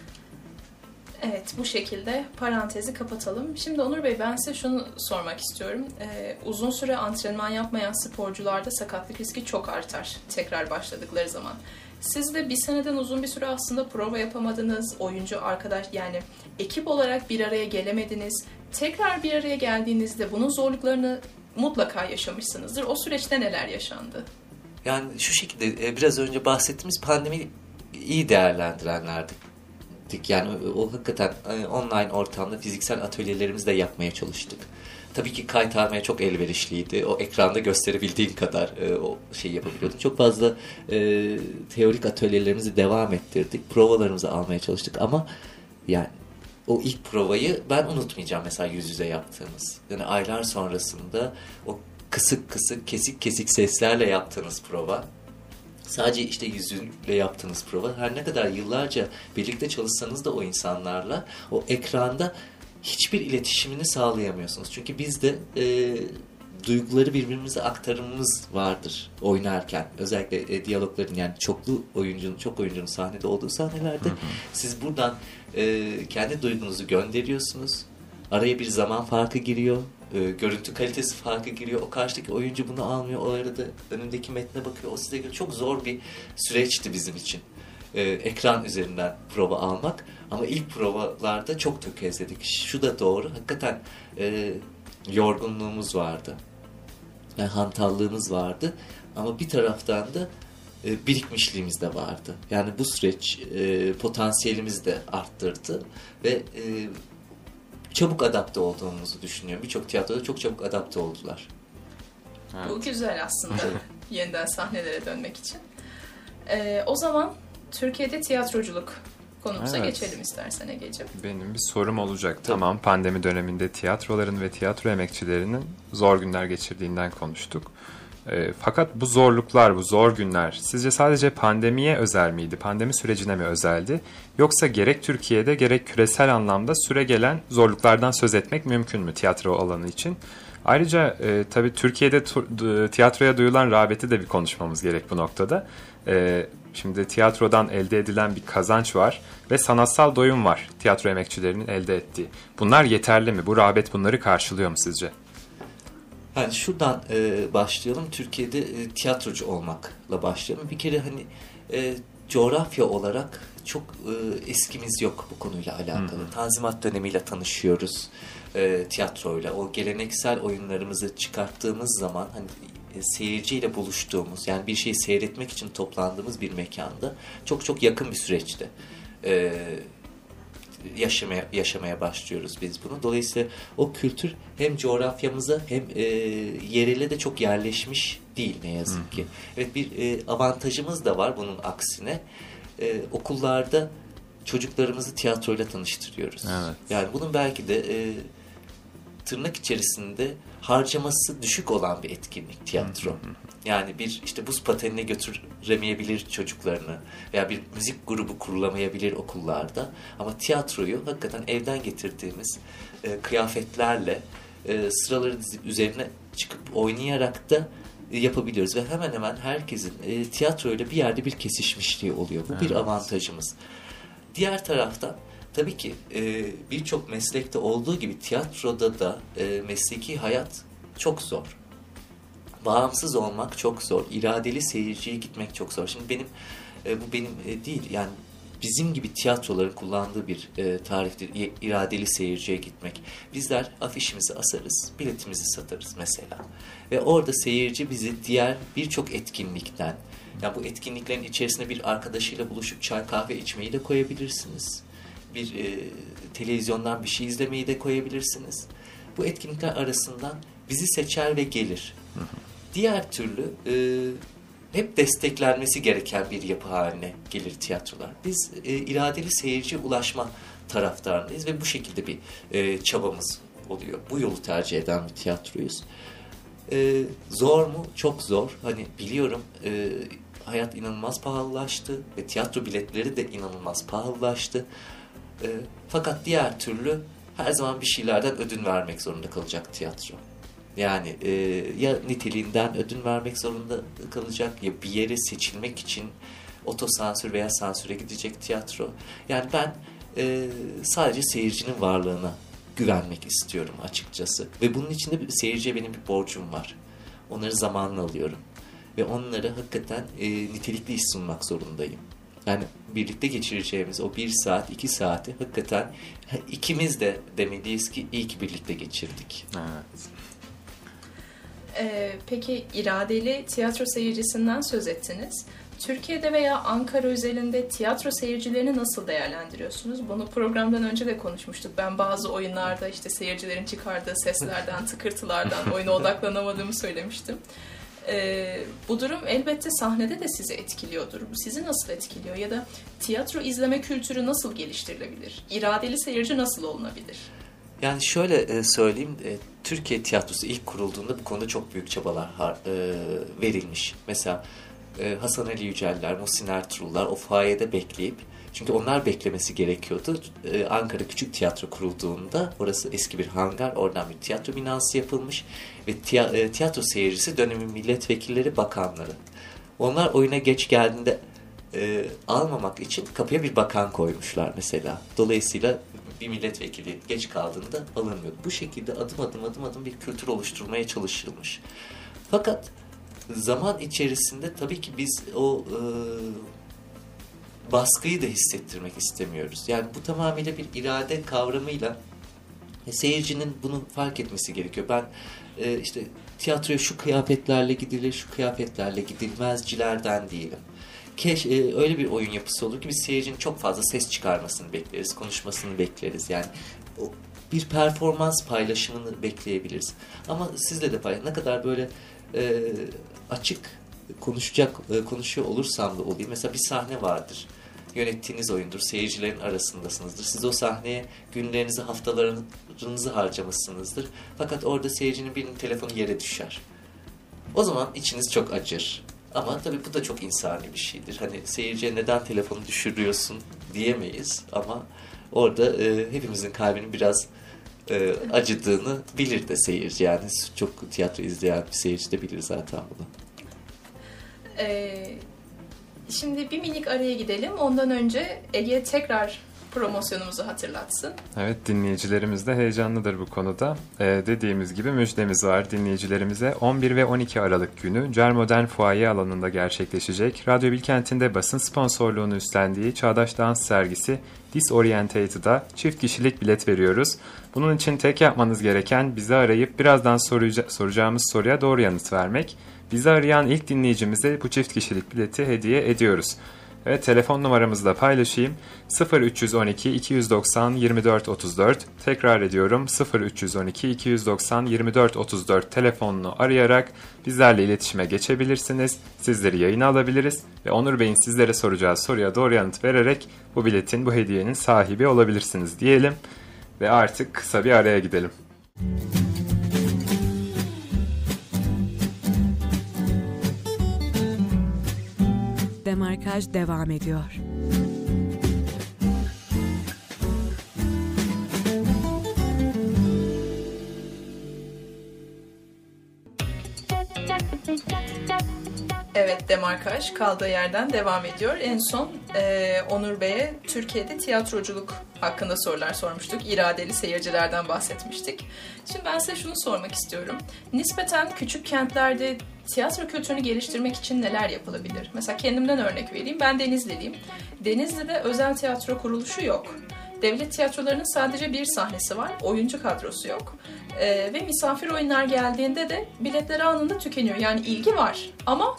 Evet, bu şekilde parantezi kapatalım. Şimdi Onur Bey, ben size şunu sormak istiyorum. Ee, uzun süre antrenman yapmayan sporcularda sakatlık riski çok artar tekrar başladıkları zaman. Siz de bir seneden uzun bir süre aslında prova yapamadınız, oyuncu arkadaş yani ekip olarak bir araya gelemediniz. Tekrar bir araya geldiğinizde bunun zorluklarını mutlaka yaşamışsınızdır. O süreçte neler yaşandı? Yani şu şekilde biraz önce bahsettiğimiz pandemi iyi değerlendirenlerdik. Yani o hakikaten online ortamda fiziksel atölyelerimizi de yapmaya çalıştık. Tabii ki kaytarmaya çok elverişliydi. O ekranda gösterebildiğin kadar e, o şeyi yapabiliyorduk. Çok fazla e, teorik atölyelerimizi devam ettirdik. Provalarımızı almaya çalıştık ama yani o ilk provayı ben unutmayacağım mesela yüz yüze yaptığımız. Yani aylar sonrasında o kısık kısık, kesik kesik seslerle yaptığınız prova. Sadece işte yüzüyle yaptığınız prova. Her ne kadar yıllarca birlikte çalışsanız da o insanlarla o ekranda hiçbir iletişimini sağlayamıyorsunuz. Çünkü bizde e, duyguları birbirimize aktarımımız vardır oynarken. Özellikle e, diyalogların yani çoklu oyuncunun, çok oyuncunun sahnede olduğu sahnelerde hı hı. siz buradan e, kendi duygunuzu gönderiyorsunuz. Araya bir zaman farkı giriyor. E, görüntü kalitesi farkı giriyor. O karşıdaki oyuncu bunu almıyor. O arada önündeki metne bakıyor. O size göre çok zor bir süreçti bizim için. E, ekran üzerinden prova almak. Ama ilk provalarda çok tökezledik. Şu da doğru. Hakikaten e, yorgunluğumuz vardı. Yani hantallığımız vardı. Ama bir taraftan da e, birikmişliğimiz de vardı. Yani bu süreç e, potansiyelimizi de arttırdı. Ve e, çabuk adapte olduğumuzu düşünüyorum. Birçok tiyatroda çok çabuk adapte oldular. Evet. Bu güzel aslında. Yeniden sahnelere dönmek için. Ee, o zaman Türkiye'de tiyatroculuk konumuza evet. geçelim istersen Egeciğim. Benim bir sorum olacak. Tabii. Tamam, pandemi döneminde tiyatroların ve tiyatro emekçilerinin zor günler geçirdiğinden konuştuk. E, fakat bu zorluklar, bu zor günler sizce sadece pandemiye özel miydi? Pandemi sürecine mi özeldi? Yoksa gerek Türkiye'de gerek küresel anlamda süregelen zorluklardan söz etmek mümkün mü tiyatro alanı için? Ayrıca e, tabii Türkiye'de tu- tiyatroya duyulan rağbeti de bir konuşmamız gerek bu noktada. E, şimdi tiyatrodan elde edilen bir kazanç var ve sanatsal doyum var tiyatro emekçilerinin elde ettiği. Bunlar yeterli mi? Bu rağbet bunları karşılıyor mu sizce? Yani şuradan e, başlayalım. Türkiye'de e, tiyatrocu olmakla başlayalım. Bir kere hani e, coğrafya olarak çok e, eskimiz yok bu konuyla alakalı. Hı hı. Tanzimat dönemiyle tanışıyoruz e, tiyatroyla. O geleneksel oyunlarımızı çıkarttığımız zaman hani e, seyirciyle buluştuğumuz, yani bir şeyi seyretmek için toplandığımız bir mekanda çok çok yakın bir süreçte e, yaşamaya yaşamaya başlıyoruz biz bunu. Dolayısıyla o kültür hem coğrafyamıza hem e, yerele de çok yerleşmiş değil ne yazık ki. Evet, bir e, avantajımız da var bunun aksine. E, okullarda çocuklarımızı tiyatroyla tanıştırıyoruz. Evet. Yani bunun belki de e, tırnak içerisinde harcaması düşük olan bir etkinlik tiyatro. Yani bir işte buz patenine götüremeyebilir çocuklarını veya bir müzik grubu kurulamayabilir okullarda. Ama tiyatroyu hakikaten evden getirdiğimiz e, kıyafetlerle e, sıraları dizip üzerine çıkıp oynayarak da e, yapabiliyoruz. Ve hemen hemen herkesin e, tiyatroyla bir yerde bir kesişmişliği oluyor. Bu evet. bir avantajımız. Diğer taraftan tabii ki e, birçok meslekte olduğu gibi tiyatroda da e, mesleki hayat çok zor. Bağımsız olmak çok zor. İradeli seyirciye gitmek çok zor. Şimdi benim e, bu benim e, değil. Yani bizim gibi tiyatroların kullandığı bir e, tariftir. İ, iradeli seyirciye gitmek. Bizler afişimizi asarız, biletimizi satarız mesela. Ve orada seyirci bizi diğer birçok etkinlikten Yani bu etkinliklerin içerisine bir arkadaşıyla buluşup çay kahve içmeyi de koyabilirsiniz. Bir e, televizyondan bir şey izlemeyi de koyabilirsiniz. Bu etkinlikler arasından bizi seçer ve gelir. Hı hı. Diğer türlü e, hep desteklenmesi gereken bir yapı haline gelir tiyatrolar. Biz e, iradeli seyirciye ulaşma taraftarıyız ve bu şekilde bir e, çabamız oluyor. Bu yolu tercih eden bir tiyatroyuz. E, zor mu? Çok zor. Hani biliyorum e, hayat inanılmaz pahalılaştı ve tiyatro biletleri de inanılmaz pahalılaştı. E, fakat diğer türlü her zaman bir şeylerden ödün vermek zorunda kalacak tiyatro. Yani e, ya niteliğinden ödün vermek zorunda kalacak ya bir yere seçilmek için otosansür veya sansüre gidecek tiyatro. Yani ben e, sadece seyircinin varlığına güvenmek istiyorum açıkçası. Ve bunun için de seyirciye benim bir borcum var. Onları zamanla alıyorum. Ve onlara hakikaten e, nitelikli iş sunmak zorundayım. Yani birlikte geçireceğimiz o bir saat, iki saati hakikaten ikimiz de demeliyiz ki iyi ki birlikte geçirdik. Evet. Ee, peki iradeli tiyatro seyircisinden söz ettiniz. Türkiye'de veya Ankara özelinde tiyatro seyircilerini nasıl değerlendiriyorsunuz? Bunu programdan önce de konuşmuştuk. Ben bazı oyunlarda işte seyircilerin çıkardığı seslerden, tıkırtılardan oyuna odaklanamadığımı söylemiştim. Ee, bu durum elbette sahnede de sizi etkiliyordur. Bu sizi nasıl etkiliyor? Ya da tiyatro izleme kültürü nasıl geliştirilebilir? İradeli seyirci nasıl olunabilir? Yani şöyle söyleyeyim, Türkiye tiyatrosu ilk kurulduğunda bu konuda çok büyük çabalar verilmiş. Mesela Hasan Ali Yüceller, Muhsin Ertuğrullar o fayede bekleyip, çünkü onlar beklemesi gerekiyordu. Ankara Küçük Tiyatro kurulduğunda, orası eski bir hangar, oradan bir tiyatro binası yapılmış ve tiyatro seyircisi dönemin milletvekilleri, bakanları. Onlar oyuna geç geldiğinde e, almamak için kapıya bir bakan koymuşlar mesela. Dolayısıyla bir milletvekili geç kaldığında alınmıyordu. Bu şekilde adım adım adım adım bir kültür oluşturmaya çalışılmış. Fakat zaman içerisinde tabii ki biz o e, baskıyı da hissettirmek istemiyoruz. Yani bu tamamıyla bir irade kavramıyla e, seyircinin bunu fark etmesi gerekiyor. Ben e, işte tiyatroya şu kıyafetlerle gidilir, şu kıyafetlerle gidilmezcilerden değilim. Keş, e, öyle bir oyun yapısı olur ki biz seyircinin çok fazla ses çıkarmasını bekleriz, konuşmasını bekleriz. Yani o, bir performans paylaşımını bekleyebiliriz. Ama sizle de paylaş. Ne kadar böyle e, açık konuşacak e, konuşuyor olursam da olayım. Mesela bir sahne vardır. Yönettiğiniz oyundur. Seyircilerin arasındasınızdır. Siz o sahneye günlerinizi, haftalarınızı harcamışsınızdır. Fakat orada seyircinin birinin telefonu yere düşer. O zaman içiniz çok acır. Ama tabii bu da çok insani bir şeydir. Hani seyirciye neden telefonu düşürüyorsun diyemeyiz. Ama orada e, hepimizin kalbinin biraz e, acıdığını bilir de seyirci. Yani çok tiyatro izleyen bir seyirci de bilir zaten bunu. Ee, şimdi bir minik araya gidelim. Ondan önce Ege tekrar promosyonumuzu hatırlatsın. Evet, dinleyicilerimiz de heyecanlıdır bu konuda. Ee, dediğimiz gibi müjdemiz var dinleyicilerimize. on bir ve on iki Aralık günü Cermodern Fuaye alanında gerçekleşecek Radyo Bilkent'in de basın sponsorluğunu üstlendiği Çağdaş Dans sergisi Disorientated'a çift kişilik bilet veriyoruz. Bunun için tek yapmanız gereken bizi arayıp birazdan soruca- soracağımız soruya doğru yanıt vermek. Bizi arayan ilk dinleyicimize bu çift kişilik bileti hediye ediyoruz. Evet, telefon numaramızı da paylaşayım. sıfır üç on iki iki yüz doksan yirmi dört otuz dört. Tekrar ediyorum, sıfır üç on iki iki yüz doksan yirmi dört otuz dört telefonunu arayarak bizlerle iletişime geçebilirsiniz. Sizleri yayına alabiliriz ve Onur Bey'in sizlere soracağı soruya doğru yanıt vererek bu biletin, bu hediyenin sahibi olabilirsiniz diyelim. Ve artık kısa bir araya gidelim. Demarkaj devam ediyor. Evet, Demarkaj kaldığı yerden devam ediyor. En son e, Onur Bey'e Türkiye'de tiyatroculuk hakkında sorular sormuştuk. İradeli seyircilerden bahsetmiştik. Şimdi ben size şunu sormak istiyorum. Nispeten küçük kentlerde tiyatro kültürünü geliştirmek için neler yapılabilir? Mesela kendimden örnek vereyim. Ben Denizliliyim. Denizli'de özel tiyatro kuruluşu yok. Devlet tiyatrolarının sadece bir sahnesi var. Oyuncu kadrosu yok. Ee, ve misafir oyunlar geldiğinde de biletler anında tükeniyor. Yani ilgi var ama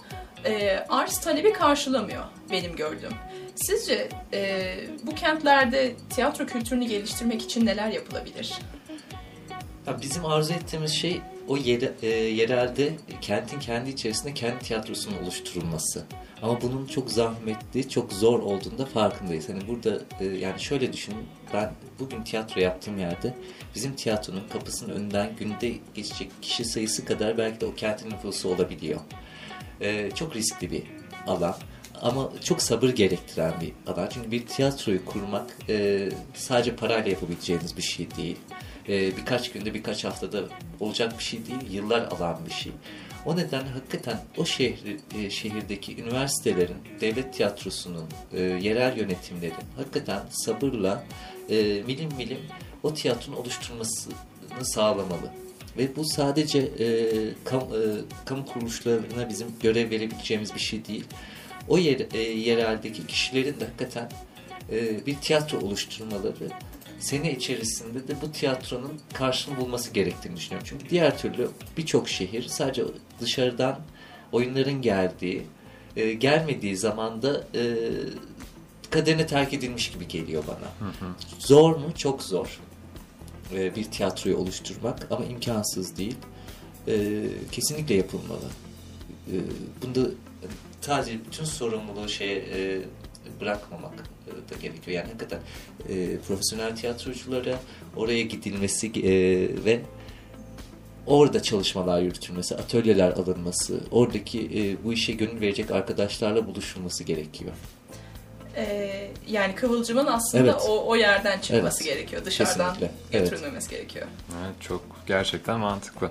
e, arz talebi karşılamıyor benim gördüğüm. Sizce e, bu kentlerde tiyatro kültürünü geliştirmek için neler yapılabilir? Ya bizim arzu ettiğimiz şey o yere, e, yerelde kentin kendi içerisinde kendi tiyatrosunun oluşturulması. Ama bunun çok zahmetli, çok zor olduğunda farkındayız. Hani burada e, yani şöyle düşünün, ben bugün tiyatro yaptığım yerde bizim tiyatronun kapısının önünden günde geçecek kişi sayısı kadar belki de o kentin nüfusu olabiliyor. E, çok riskli bir alan. Ama çok sabır gerektiren bir alan. Çünkü bir tiyatroyu kurmak e, sadece parayla yapabileceğiniz bir şey değil. E, birkaç günde, birkaç haftada olacak bir şey değil. Yıllar alan bir şey. O nedenle hakikaten o şehri, e, şehirdeki üniversitelerin, devlet tiyatrosunun, e, yerel yönetimlerin hakikaten sabırla e, milim milim o tiyatronun oluşturmasını sağlamalı. Ve bu sadece e, kam, e, kamu kuruluşlarına bizim görev verebileceğimiz bir şey değil. O yer, e, yereldeki kişilerin de hakikaten e, bir tiyatro oluşturmaları, sene içerisinde de bu tiyatronun karşılığını bulması gerektiğini düşünüyorum. Çünkü diğer türlü birçok şehir sadece dışarıdan oyunların geldiği, e, gelmediği zaman da e, kaderine terk edilmiş gibi geliyor bana. Hı hı. Zor mu? Çok zor. E, bir tiyatroyu oluşturmak ama imkansız değil. E, kesinlikle yapılmalı. E, bunda sadece bütün sorumluluğu şeye e, bırakmamak da gerekiyor. Yani hakikaten e, profesyonel tiyatroculara oraya gidilmesi e, ve orada çalışmalar yürütülmesi, atölyeler alınması, oradaki e, bu işe gönül verecek arkadaşlarla buluşulması gerekiyor. Ee, yani kıvılcımın aslında evet. o, o yerden çıkması evet. gerekiyor. Dışarıdan Kesinlikle. götürülmemesi evet. gerekiyor. Evet, çok gerçekten mantıklı.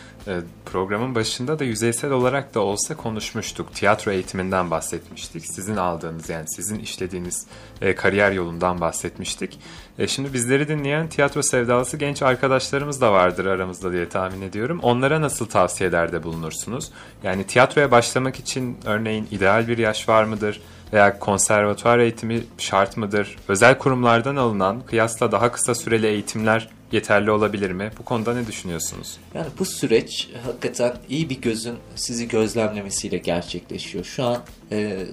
Programın başında da yüzeysel olarak da olsa konuşmuştuk. Tiyatro eğitiminden bahsetmiştik. Sizin aldığınız, yani sizin işlediğiniz e, kariyer yolundan bahsetmiştik. E, şimdi bizleri dinleyen tiyatro sevdalısı genç arkadaşlarımız da vardır aramızda diye tahmin ediyorum. Onlara nasıl tavsiyelerde bulunursunuz? Yani tiyatroya başlamak için örneğin ideal bir yaş var mıdır? Veya konservatuvar eğitimi şart mıdır? Özel kurumlardan alınan kıyasla daha kısa süreli eğitimler yeterli olabilir mi? Bu konuda ne düşünüyorsunuz? Yani bu süreç hakikaten iyi bir gözün sizi gözlemlemesiyle gerçekleşiyor. Şu an e,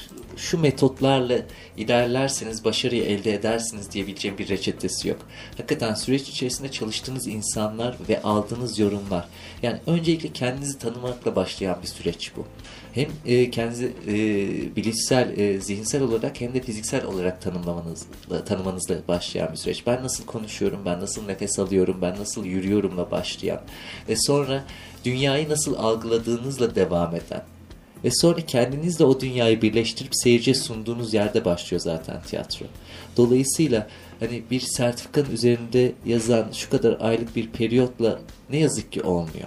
şu metotlarla ilerlerseniz başarıyı elde edersiniz diyebileceğim bir reçetesi yok. Hakikaten süreç içerisinde çalıştığınız insanlar ve aldığınız yorumlar. Yani öncelikle kendinizi tanımakla başlayan bir süreç bu. Hem e, kendinizi e, bilişsel, e, zihinsel olarak hem de fiziksel olarak tanımlamanızla, tanımanızla başlayan bir süreç. Ben nasıl konuşuyorum, ben nasıl nefes alıyorum, ben nasıl yürüyorumla başlayan ve sonra dünyayı nasıl algıladığınızla devam eden ve sonra kendinizle o dünyayı birleştirip seyirciye sunduğunuz yerde başlıyor zaten tiyatro. Dolayısıyla hani bir sertifikanın üzerinde yazan şu kadar aylık bir periyotla ne yazık ki olmuyor.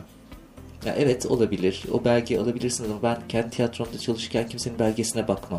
Ya evet olabilir. O belgeyi alabilirsiniz ama ben kendi tiyatromda çalışırken kimsenin belgesine bakmam.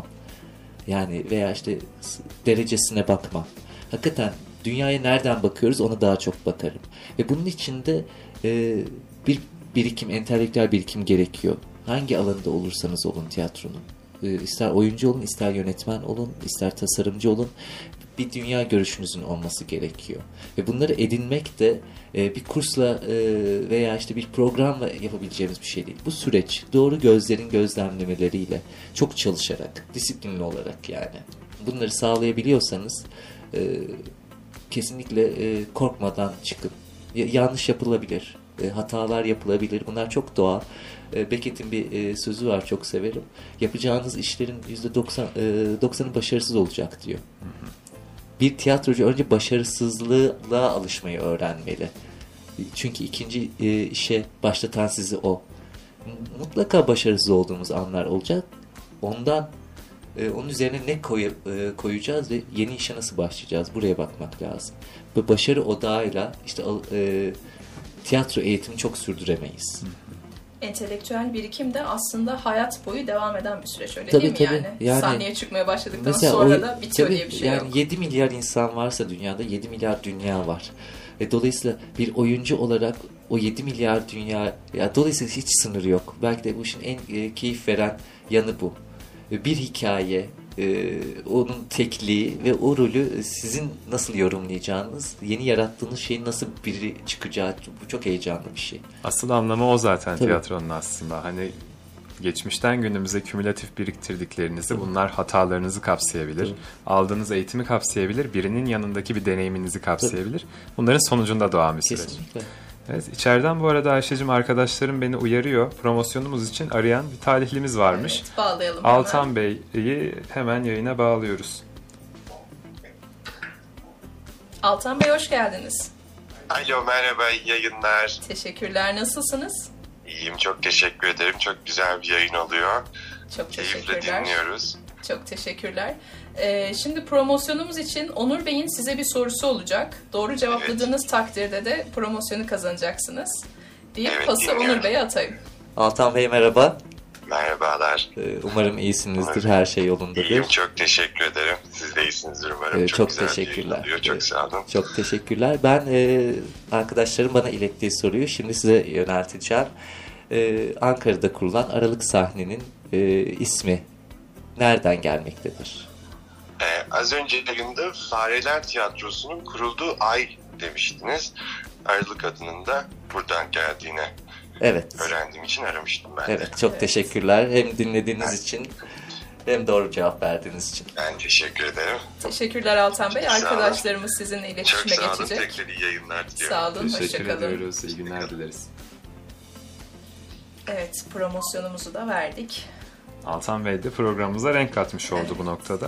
Yani veya işte derecesine bakmam. Hakikaten dünyaya nereden bakıyoruz ona daha çok bakarım. Ve bunun için de e, bir birikim, entelektüel birikim gerekiyor. Hangi alanda olursanız olun tiyatronun. E, ister oyuncu olun, ister yönetmen olun, ister tasarımcı olun. Bir dünya görüşünüzün olması gerekiyor. Ve bunları edinmek de e, bir kursla e, veya işte bir programla yapabileceğimiz bir şey değil. Bu süreç doğru gözlerin gözlemlemeleriyle, çok çalışarak, disiplinli olarak yani. Bunları sağlayabiliyorsanız e, kesinlikle e, korkmadan çıkın. Y- yanlış yapılabilir, e, hatalar yapılabilir. Bunlar çok doğal. E, Beckett'in bir e, sözü var, çok severim. Yapacağınız işlerin yüzde doksanı başarısız olacak diyor. Hı hı. Bir tiyatrocu önce başarısızlığa alışmayı öğrenmeli. Çünkü ikinci e, işe başlatan sizi o. Mutlaka başarısız olduğumuz anlar olacak. Ondan e, onun üzerine ne koy, e, koyacağız ve yeni işe nasıl başlayacağız? Buraya bakmak lazım. Ve başarı odağıyla işte e, tiyatro eğitimi çok sürdüremeyiz. Entelektüel birikim de aslında hayat boyu devam eden bir süreç, öyle tabii, değil mi tabii. yani? yani? Sahneye çıkmaya başladıktan mesela sonra o, da bitiyor tabii, diye bir şey yani yok. yedi milyar insan varsa dünyada yedi milyar dünya var. E, dolayısıyla bir oyuncu olarak o yedi milyar dünya, ya dolayısıyla hiç sınırı yok. Belki de bu işin en e, keyif veren yanı bu. E, bir hikaye, e, onun tekliği ve o rolü sizin nasıl yorumlayacağınız, yeni yarattığınız şeyin nasıl biri çıkacağı, bu çok heyecanlı bir şey. Asıl anlamı o zaten Tabii. tiyatronun aslında. Hani geçmişten günümüze kümülatif biriktirdiklerinizi, bunlar hatalarınızı kapsayabilir, aldığınız eğitimi kapsayabilir, birinin yanındaki bir deneyiminizi kapsayabilir. Bunların sonucunda doğan bir süreç. Kesinlikle. Evet, içeriden bu arada Ayşe'cim arkadaşlarım beni uyarıyor. Promosyonumuz için arayan bir talihlimiz varmış. Evet, bağlayalım hemen. Altan Bey'i hemen yayına bağlıyoruz. Altan Bey hoş geldiniz. Alo, merhaba, iyi yayınlar. Teşekkürler, nasılsınız? İyiyim, çok teşekkür ederim. Çok güzel bir yayın oluyor. Çok Keyifle teşekkürler. dinliyoruz. Çok teşekkürler. Ee, şimdi promosyonumuz için Onur Bey'in size bir sorusu olacak. Doğru cevapladığınız evet. takdirde de promosyonu kazanacaksınız. Deyip evet, pası dinliyorum. Onur Bey'e atayım. Altan Bey merhaba. Merhabalar. Umarım iyisinizdir, her şey yolundadır. İyiyim, çok teşekkür ederim. Siz de iyisinizdir umarım. Ee, çok çok güzel teşekkürler. Oluyor. Çok sağ olun. Çok teşekkürler. Ben e, arkadaşlarım bana ilettiği soruyu şimdi size yönelteceğim. E, Ankara'da kurulan Aralık Sahne'nin e, ismi nereden gelmektedir? Ee, az önce yayında Fareler Tiyatrosu'nun kurulduğu ay demiştiniz. Aralık adının da buradan geldiğine evet. öğrendiğim için aramıştım ben Evet, de. çok evet. teşekkürler. Hem dinlediğiniz evet. için hem doğru cevap verdiğiniz için. Ben teşekkür ederim. Teşekkürler Altan Bey. Çok sağ olun. Arkadaşlarımız sizinle iletişime Çok sağ olun. geçecek. Tekrar iyi yayınlar diliyorum. Sağ olun, Teşekkür hoşça kalın. ediyoruz. İyi günler dileriz. Evet, promosyonumuzu da verdik. Altan Bey de programımıza renk katmış oldu evet. bu noktada.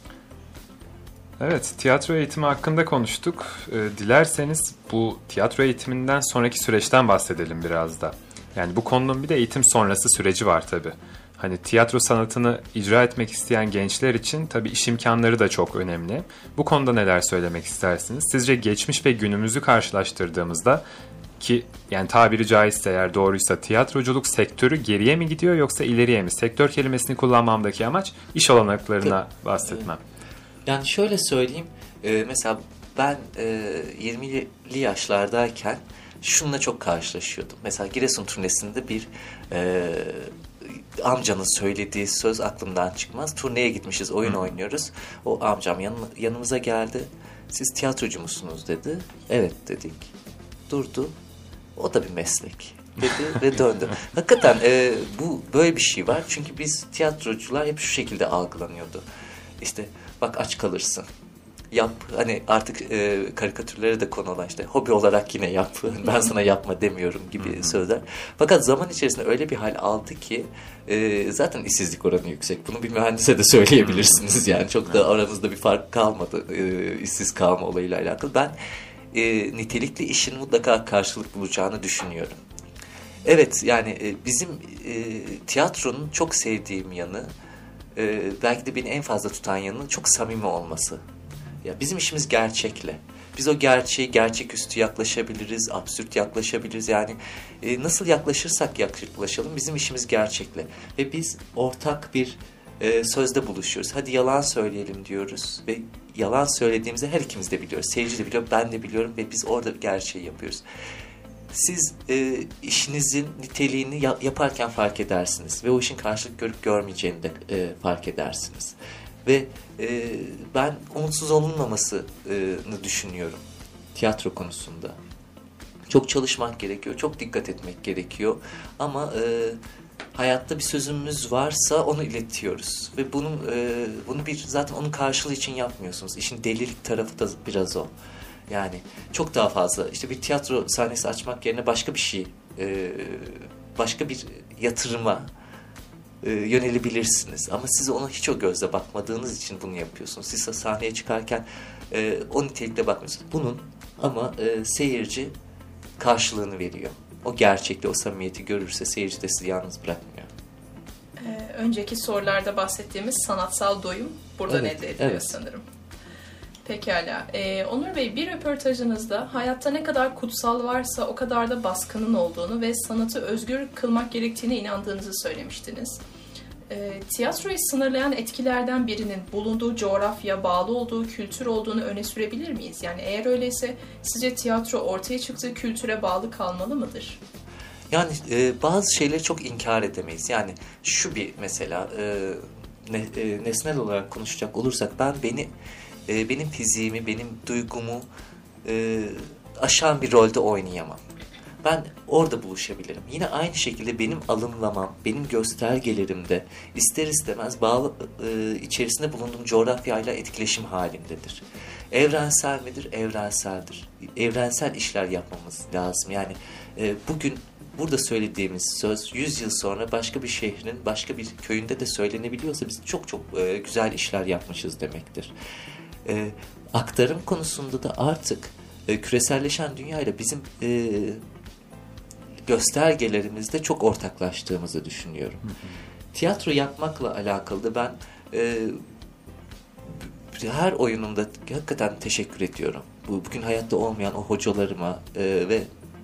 Evet, tiyatro eğitimi hakkında konuştuk. Ee, dilerseniz bu tiyatro eğitiminden sonraki süreçten bahsedelim biraz da. Yani bu konunun bir de eğitim sonrası süreci var tabii. Hani tiyatro sanatını icra etmek isteyen gençler için tabii iş imkanları da çok önemli. Bu konuda neler söylemek istersiniz? Sizce geçmiş ve günümüzü karşılaştırdığımızda ki yani tabiri caizse eğer doğruysa tatroculuk sektörü geriye mi gidiyor yoksa ileriye mi? Sektör kelimesini kullanmamdaki amaç iş olanaklarına bahsetmem. Yani şöyle söyleyeyim, e, mesela ben e, yirmili yaşlardayken şununla çok karşılaşıyordum. Mesela Giresun turnesinde bir e, amcanın söylediği söz aklımdan çıkmaz. Turneye gitmişiz, oyun Hı. oynuyoruz. O amcam yan, yanımıza geldi. Siz tiyatrocu musunuz dedi. Evet dedik. Durdu. O da bir meslek dedi ve döndü. Hakikaten e, bu böyle bir şey var. Çünkü biz tiyatrocular hep şu şekilde algılanıyordu. İşte bak aç kalırsın. Yap. Hani artık e, karikatürlere de konu olan işte hobi olarak yine yap. Ben sana yapma demiyorum gibi sözler. Fakat zaman içerisinde öyle bir hal aldı ki e, zaten işsizlik oranı yüksek. Bunu bir mühendise de söyleyebilirsiniz. Yani çok da aranızda bir fark kalmadı e, işsiz kalma olayıyla alakalı. Ben e, nitelikli işin mutlaka karşılık bulacağını düşünüyorum. Evet yani e, bizim e, tiyatronun çok sevdiğim yanı e, belki de beni en fazla tutan yanı çok samimi olması. Ya bizim işimiz gerçekle. Biz o gerçeği gerçeküstü yaklaşabiliriz, absürt yaklaşabiliriz. Yani e, nasıl yaklaşırsak yaklaşalım bizim işimiz gerçekle. Ve biz ortak bir e, sözde buluşuyoruz. Hadi yalan söyleyelim diyoruz ve yalan söylediğimizi her ikimiz de biliyoruz. Seyirci de biliyor, ben de biliyorum ve biz orada gerçeği yapıyoruz. Siz e, işinizin niteliğini ya- yaparken fark edersiniz ve o işin karşılık görüp görmeyeceğini de e, fark edersiniz. Ve e, ben umutsuz olunmamasını düşünüyorum tiyatro konusunda. Çok çalışmak gerekiyor, çok dikkat etmek gerekiyor. Ama e, hayatta bir sözümüz varsa onu iletiyoruz. Ve bunun e, bunu bir zaten onun karşılığı için yapmıyorsunuz. İşin delilik tarafı da biraz o. Yani çok daha fazla. İşte bir tiyatro sahnesi açmak yerine başka bir şey, e, başka bir yatırıma e, yönelebilirsiniz. Ama siz ona hiç o gözle bakmadığınız için bunu yapıyorsunuz. Siz sahneye çıkarken e, o nitelikle bakmıyorsunuz. Bunun ama e, seyirci karşılığını veriyor. O gerçekle, o samimiyeti görürse seyirci de sizi yalnız bırakmıyor. Ee, önceki sorularda bahsettiğimiz sanatsal doyum burada Evet, elde ediliyor evet. sanırım. Pekala. Ee, Onur Bey, bir röportajınızda hayatta ne kadar kutsal varsa o kadar da baskının olduğunu ve sanatı özgür kılmak gerektiğine inandığınızı söylemiştiniz. Ee, tiyatroyu sınırlayan etkilerden birinin bulunduğu coğrafya, bağlı olduğu kültür olduğunu öne sürebilir miyiz? Yani eğer öyleyse sizce tiyatro ortaya çıktığı kültüre bağlı kalmalı mıdır? Yani e, bazı şeyleri çok inkar edemeyiz. Yani şu bir mesela e, ne, e, nesnel olarak konuşacak olursak ben beni e, benim fiziğimi, benim duygumu e, aşan bir rolde oynayamam. Ben orada buluşabilirim. Yine aynı şekilde benim alımlamam, benim göstergelerimde ister istemez bağlı e, içerisinde bulunduğum coğrafyayla etkileşim halindedir. Evrensel midir? Evrenseldir. Evrensel işler yapmamız lazım. Yani e, bugün burada söylediğimiz söz yüz yıl sonra başka bir şehrin, başka bir köyünde de söylenebiliyorsa biz çok çok e, güzel işler yapmışız demektir. E, aktarım konusunda da artık e, küreselleşen dünyayla bizim e, göstergelerimizde çok ortaklaştığımızı düşünüyorum. Hı hı. Tiyatro yapmakla alakalı da ben e, her oyunumda hakikaten teşekkür ediyorum. Bu, bugün hayatta olmayan o hocalarıma e, ve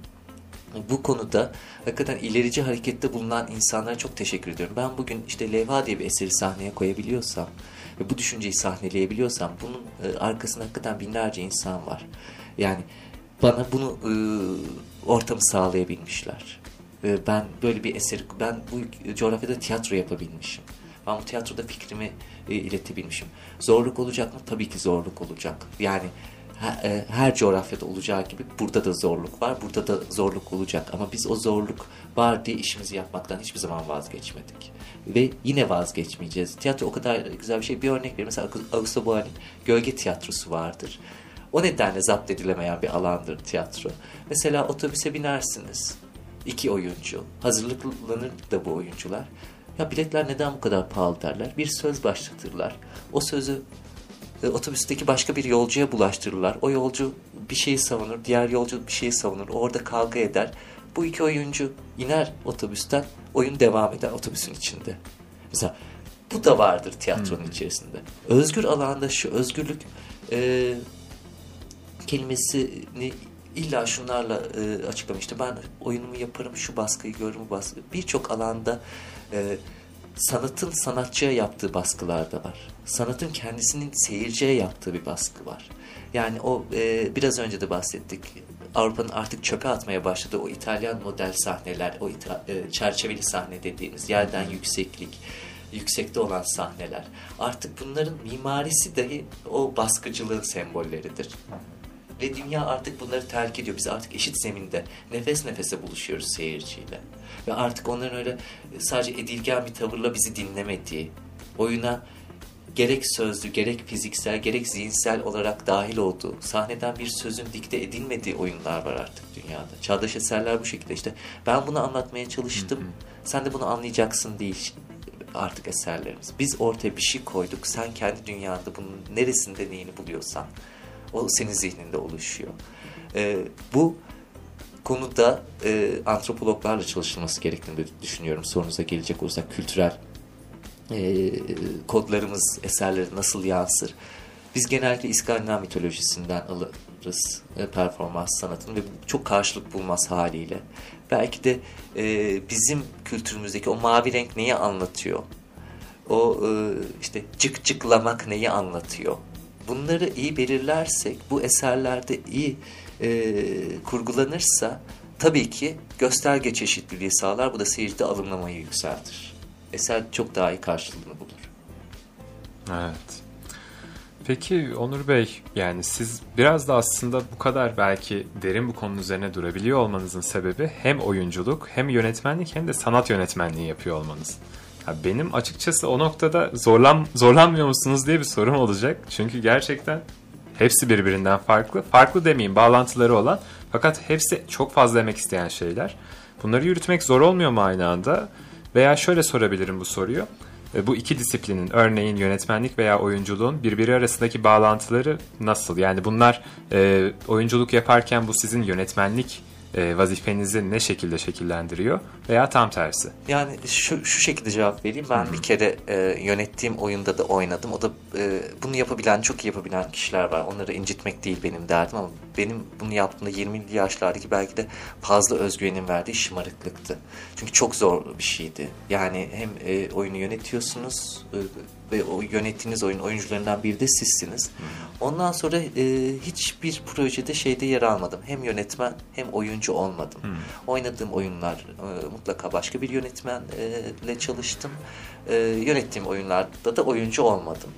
bu konuda hakikaten ilerici harekette bulunan insanlara çok teşekkür ediyorum. Ben bugün işte Levha diye bir eseri sahneye koyabiliyorsam ve bu düşünceyi sahneleyebiliyorsam bunun e, arkasında hakikaten binlerce insan var. Yani bana bunu e, ortamı sağlayabilmişler. E, ben böyle bir eseri, ben bu coğrafyada tiyatro yapabilmişim. Ben bu tiyatroda fikrimi e, iletebilmişim. Zorluk olacak mı? Tabii ki zorluk olacak. Yani her, e, her coğrafyada olacağı gibi burada da zorluk var. Burada da zorluk olacak. Ama biz o zorluk var diye işimizi yapmaktan hiçbir zaman vazgeçmedik. Ve yine vazgeçmeyeceğiz. Tiyatro o kadar güzel bir şey. Bir örnek vereyim. Mesela Augusto Boal'in Gölge Tiyatrosu vardır. O nedenle zapt edilemeyen bir alandır tiyatro. Mesela otobüse binersiniz. İki oyuncu. Hazırlıklanır da bu oyuncular. Ya biletler neden bu kadar pahalı derler. Bir söz başlatırlar. O sözü e, otobüsteki başka bir yolcuya bulaştırırlar. O yolcu bir şeyi savunur. Diğer yolcu bir şeyi savunur. Orada kavga eder. Bu iki oyuncu iner otobüsten. Oyun devam eder otobüsün içinde. Mesela bu da vardır tiyatronun hmm. içerisinde. Özgür alanda şu özgürlük e, kelimesini illa şunlarla e, açıklamıştı. Ben oyunumu yaparım, şu baskıyı görürüm, bu baskı. Birçok alanda e, sanatın sanatçıya yaptığı baskılar da var. Sanatın kendisinin seyirciye yaptığı bir baskı var. Yani o e, biraz önce de bahsettik. Avrupa'nın artık çöpe atmaya başladığı o İtalyan model sahneler, o ita- e, çerçeveli sahne dediğimiz yerden yükseklik, yüksekte olan sahneler. Artık bunların mimarisi dahi o baskıcılığın sembolleridir. Ve dünya artık bunları terk ediyor. Biz artık eşit zeminde nefes nefese buluşuyoruz seyirciyle. Ve artık onların öyle sadece edilgen bir tavırla bizi dinlemediği, oyuna gerek sözlü, gerek fiziksel, gerek zihinsel olarak dahil olduğu, sahneden bir sözün dikte edilmediği oyunlar var artık dünyada. Çağdaş eserler bu şekilde. İşte ben bunu anlatmaya çalıştım. Hı hı. Sen de bunu anlayacaksın değil artık eserlerimiz. Biz ortaya bir şey koyduk. Sen kendi dünyanda bunun neresinde neyini buluyorsan o senin zihninde oluşuyor. Ee, bu konuda e, antropologlarla çalışılması gerektiğini düşünüyorum. Sorunuza gelecek olursak kültürel e, kodlarımız eserlere nasıl yansır? Biz genellikle İskandinav mitolojisinden alırız e, performans sanatını ve çok karşılık bulmaz haliyle. Belki de e, bizim kültürümüzdeki o mavi renk neyi anlatıyor? O e, işte cık cıklamak neyi anlatıyor? Bunları iyi belirlersek, bu eserlerde iyi e, kurgulanırsa tabii ki gösterge çeşitliliği sağlar. Bu da seyircide alımlamayı yükseltir. Eser çok daha iyi karşılığını bulur. Evet. Peki Onur Bey, yani siz biraz da aslında bu kadar belki derin bu konunun üzerine durabiliyor olmanızın sebebi hem oyunculuk, hem yönetmenlik, hem de sanat yönetmenliği yapıyor olmanız. Ya benim açıkçası o noktada zorlan, zorlanmıyor musunuz diye bir sorum olacak. Çünkü gerçekten hepsi birbirinden farklı. Farklı demeyeyim, bağlantıları olan. Fakat hepsi çok fazla emek isteyen şeyler. Bunları yürütmek zor olmuyor mu aynı anda? Veya şöyle sorabilirim bu soruyu. Bu iki disiplinin, örneğin yönetmenlik veya oyunculuğun birbiri arasındaki bağlantıları nasıl? Yani bunlar e, oyunculuk yaparken bu sizin yönetmenlik e, vazifenizi ne şekilde şekillendiriyor veya tam tersi? Yani şu, şu şekilde cevap vereyim. Ben hmm. bir kere e, yönettiğim oyunda da oynadım. O da e, bunu yapabilen, çok iyi yapabilen kişiler var. Onları incitmek değil benim derdim ama benim bunu yaptığımda yirmili yaşlardaki belki de fazla özgüvenin verdiği şımarıklıktı. Çünkü çok zor bir şeydi. Yani hem e, oyunu yönetiyorsunuz e, ve o yönettiğiniz oyun oyuncularından biri de sizsiniz. Hmm. Ondan sonra e, hiçbir projede şeyde yer almadım. Hem yönetmen hem oyuncu olmadım. Hmm. Oynadığım oyunlar e, mutlaka başka bir yönetmenle çalıştım. E, yönettiğim oyunlarda da oyuncu olmadım.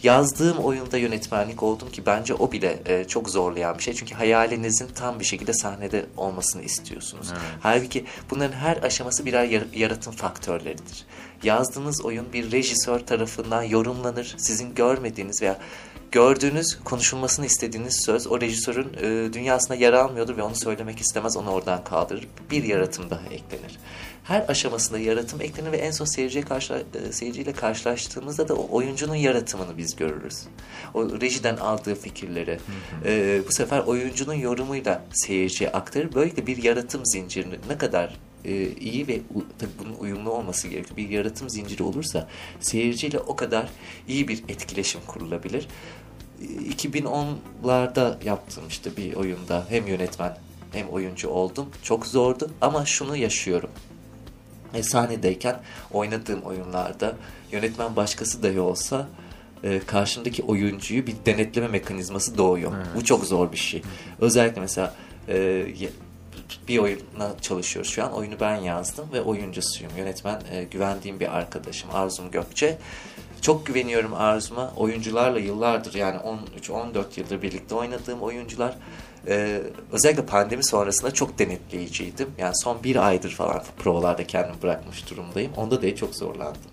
yazdığım oyunda yönetmenlik oldum ki bence o bile e, çok zorlayan bir şey. Çünkü hayalinizin tam bir şekilde sahnede olmasını istiyorsunuz. Evet. Halbuki bunların her aşaması birer yar- yaratım faktörleridir. Yazdığınız oyun bir rejisör tarafından yorumlanır. Sizin görmediğiniz veya gördüğünüz, konuşulmasını istediğiniz söz o rejisörün e, dünyasına yer almıyordur ve onu söylemek istemez, onu oradan kaldırır. Bir yaratım daha eklenir. Her aşamasında yaratım eklenir ve en son seyirciye karşı, e, seyirciyle karşılaştığımızda da o oyuncunun yaratımını biz görürüz. O rejiden aldığı fikirleri e, bu sefer oyuncunun yorumuyla seyirciye aktarır. Böylelikle bir yaratım zincirini ne kadar e, iyi ve tabii bunun uyumlu olması gerekiyor. Bir yaratım zinciri olursa seyirciyle o kadar iyi bir etkileşim kurulabilir. iki bin onlarda yaptığım işte bir oyunda hem yönetmen hem oyuncu oldum. Çok zordu ama şunu yaşıyorum. E, sahnedeyken oynadığım oyunlarda yönetmen başkası dahi olsa e, karşımdaki oyuncuyu bir denetleme mekanizması doğuyor. Evet. Bu çok zor bir şey. Özellikle mesela e, bir oyuna çalışıyoruz şu an. Oyunu ben yazdım ve oyuncusuyum. Yönetmen e, güvendiğim bir arkadaşım Arzum Gökçe. Çok güveniyorum Arzum'a. Oyuncularla yıllardır, yani on üç on dört yıldır birlikte oynadığım oyuncular. Ee, özellikle pandemi sonrasında çok denetleyiciydim. Yani son bir aydır falan provalarda kendimi bırakmış durumdayım. Onda da çok zorlandım.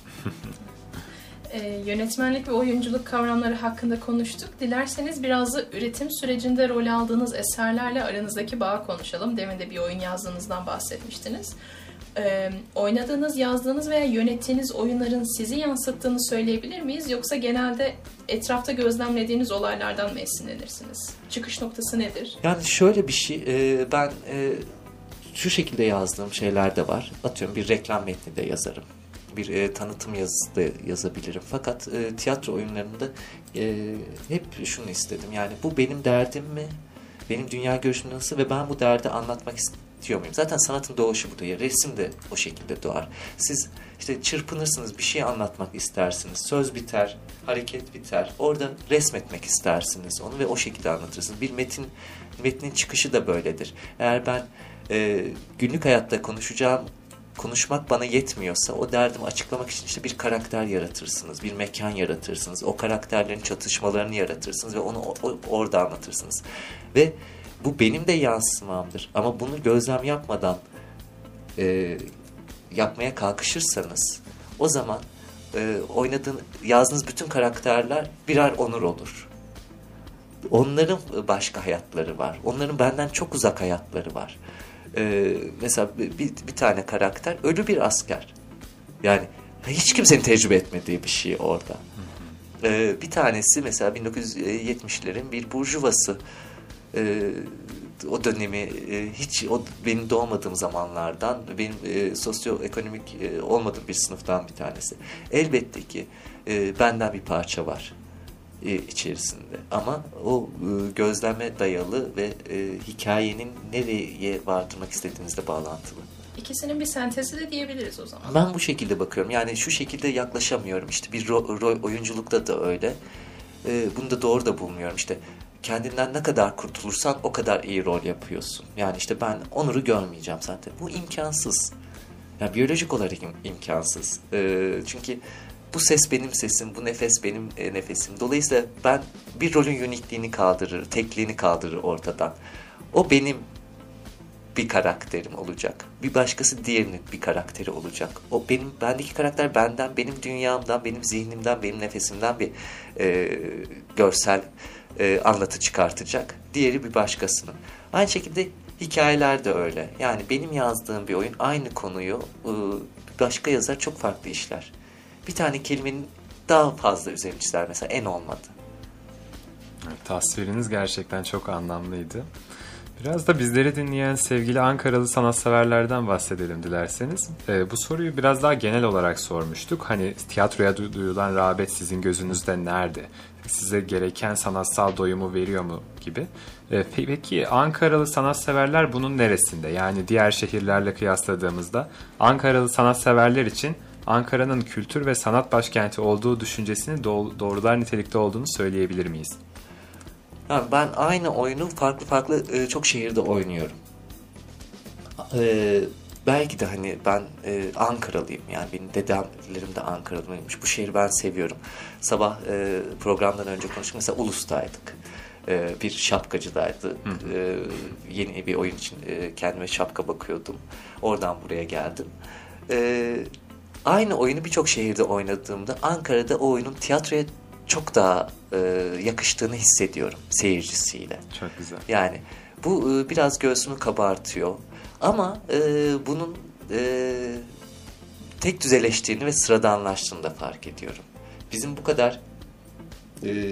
e, yönetmenlik ve oyunculuk kavramları hakkında konuştuk. Dilerseniz biraz da üretim sürecinde rol aldığınız eserlerle aranızdaki bağı konuşalım. Demin de bir oyun yazdığınızdan bahsetmiştiniz. Ee, oynadığınız, yazdığınız veya yönettiğiniz oyunların sizi yansıttığını söyleyebilir miyiz? Yoksa genelde etrafta gözlemlediğiniz olaylardan mı esinlenirsiniz? Çıkış noktası nedir? Yani şöyle bir şey, e, ben e, şu şekilde yazdığım şeyler de var. Atıyorum bir reklam metni de yazarım. Bir e, tanıtım yazısı da yazabilirim. Fakat e, tiyatro oyunlarında e, hep şunu istedim. Yani bu benim derdim mi? Benim dünya görüşüm nasıl ve ben bu derdi anlatmak istiyorum. Diyor muyum? Zaten sanatın doğuşu bu da. Resim de o şekilde doğar. Siz işte çırpınırsınız, bir şey anlatmak istersiniz. Söz biter, hareket biter. Orada resmetmek istersiniz onu ve o şekilde anlatırsınız. Bir metin, metnin çıkışı da böyledir. Eğer ben e, günlük hayatta konuşacağım, konuşmak bana yetmiyorsa o derdimi açıklamak için işte bir karakter yaratırsınız, bir mekan yaratırsınız. O karakterlerin çatışmalarını yaratırsınız ve onu o, o, orada anlatırsınız. Ve bu benim de yansımamdır. Ama bunu gözlem yapmadan e, yapmaya kalkışırsanız o zaman e, oynadığın, yazdığınız bütün karakterler birer Onur olur. Onların başka hayatları var. Onların benden çok uzak hayatları var. E, mesela bir, bir tane karakter ölü bir asker. Yani hiç kimsenin tecrübe etmediği bir şey orada. E, bir tanesi mesela bin dokuz yüz yetmişlerin bir burjuvası. Ee, o dönemi e, hiç o benim doğmadığım zamanlardan, benim e, sosyoekonomik e, olmadığım bir sınıftan bir tanesi. Elbette ki e, benden bir parça var e, içerisinde ama o e, gözleme dayalı ve e, hikayenin nereye vardırmak istediğinizle bağlantılı. İkisinin bir sentezi de diyebiliriz o zaman. Ben bu şekilde bakıyorum. Yani şu şekilde yaklaşamıyorum. İşte bir ro- ro- oyunculukta da öyle. E, bunu da doğru da bulmuyorum. İşte kendinden ne kadar kurtulursan o kadar iyi rol yapıyorsun. Yani işte ben Onur'u görmeyeceğim zaten. Bu imkansız. Yani biyolojik olarak im- imkansız. Ee, çünkü bu ses benim sesim, bu nefes benim e, nefesim. Dolayısıyla ben bir rolün unikliğini kaldırır, tekliğini kaldırır ortadan. O benim bir karakterim olacak. Bir başkası diğerinin bir karakteri olacak. O benim, bendeki karakter benden, benim dünyamdan, benim zihnimden, benim nefesimden bir e, görsel E, anlatı çıkartacak. Diğeri bir başkasının. Aynı şekilde hikayeler de öyle. Yani benim yazdığım bir oyun aynı konuyu e, başka yazar çok farklı işler. Bir tane kelimenin daha fazla üzerine çizer mesela, en olmadı. Evet, tasviriniz gerçekten çok anlamlıydı. Biraz da bizleri dinleyen sevgili Ankaralı sanatseverlerden bahsedelim dilerseniz. Ee, bu soruyu biraz daha genel olarak sormuştuk. Hani tiyatroya duyulan rağbet sizin gözünüzde nerede? Size gereken sanatsal doyumu veriyor mu gibi. Ee, peki Ankaralı sanatseverler bunun neresinde? Yani diğer şehirlerle kıyasladığımızda Ankaralı sanatseverler için Ankara'nın kültür ve sanat başkenti olduğu düşüncesini doğrular nitelikte olduğunu söyleyebilir miyiz? Yani ben aynı oyunu farklı farklı e, çok şehirde oynuyorum. E, belki de hani ben e, Ankaralıyım. Yani benim dedemlerim de Ankaralıymış. Bu şehri ben seviyorum. Sabah e, programdan önce konuştuk. Mesela Ulus'taydık. E, bir şapkacıdaydı. E, yeni bir oyun için e, kendime şapka bakıyordum. Oradan buraya geldim. E, aynı oyunu birçok şehirde oynadığımda Ankara'da o oyunun tiyatroya çok daha e, yakıştığını hissediyorum seyircisiyle. Çok güzel. Yani bu e, biraz göğsümü kabartıyor. Ama e, bunun e, tek düzeleştiğini ve sıradanlaştığını da fark ediyorum. Bizim bu kadar e,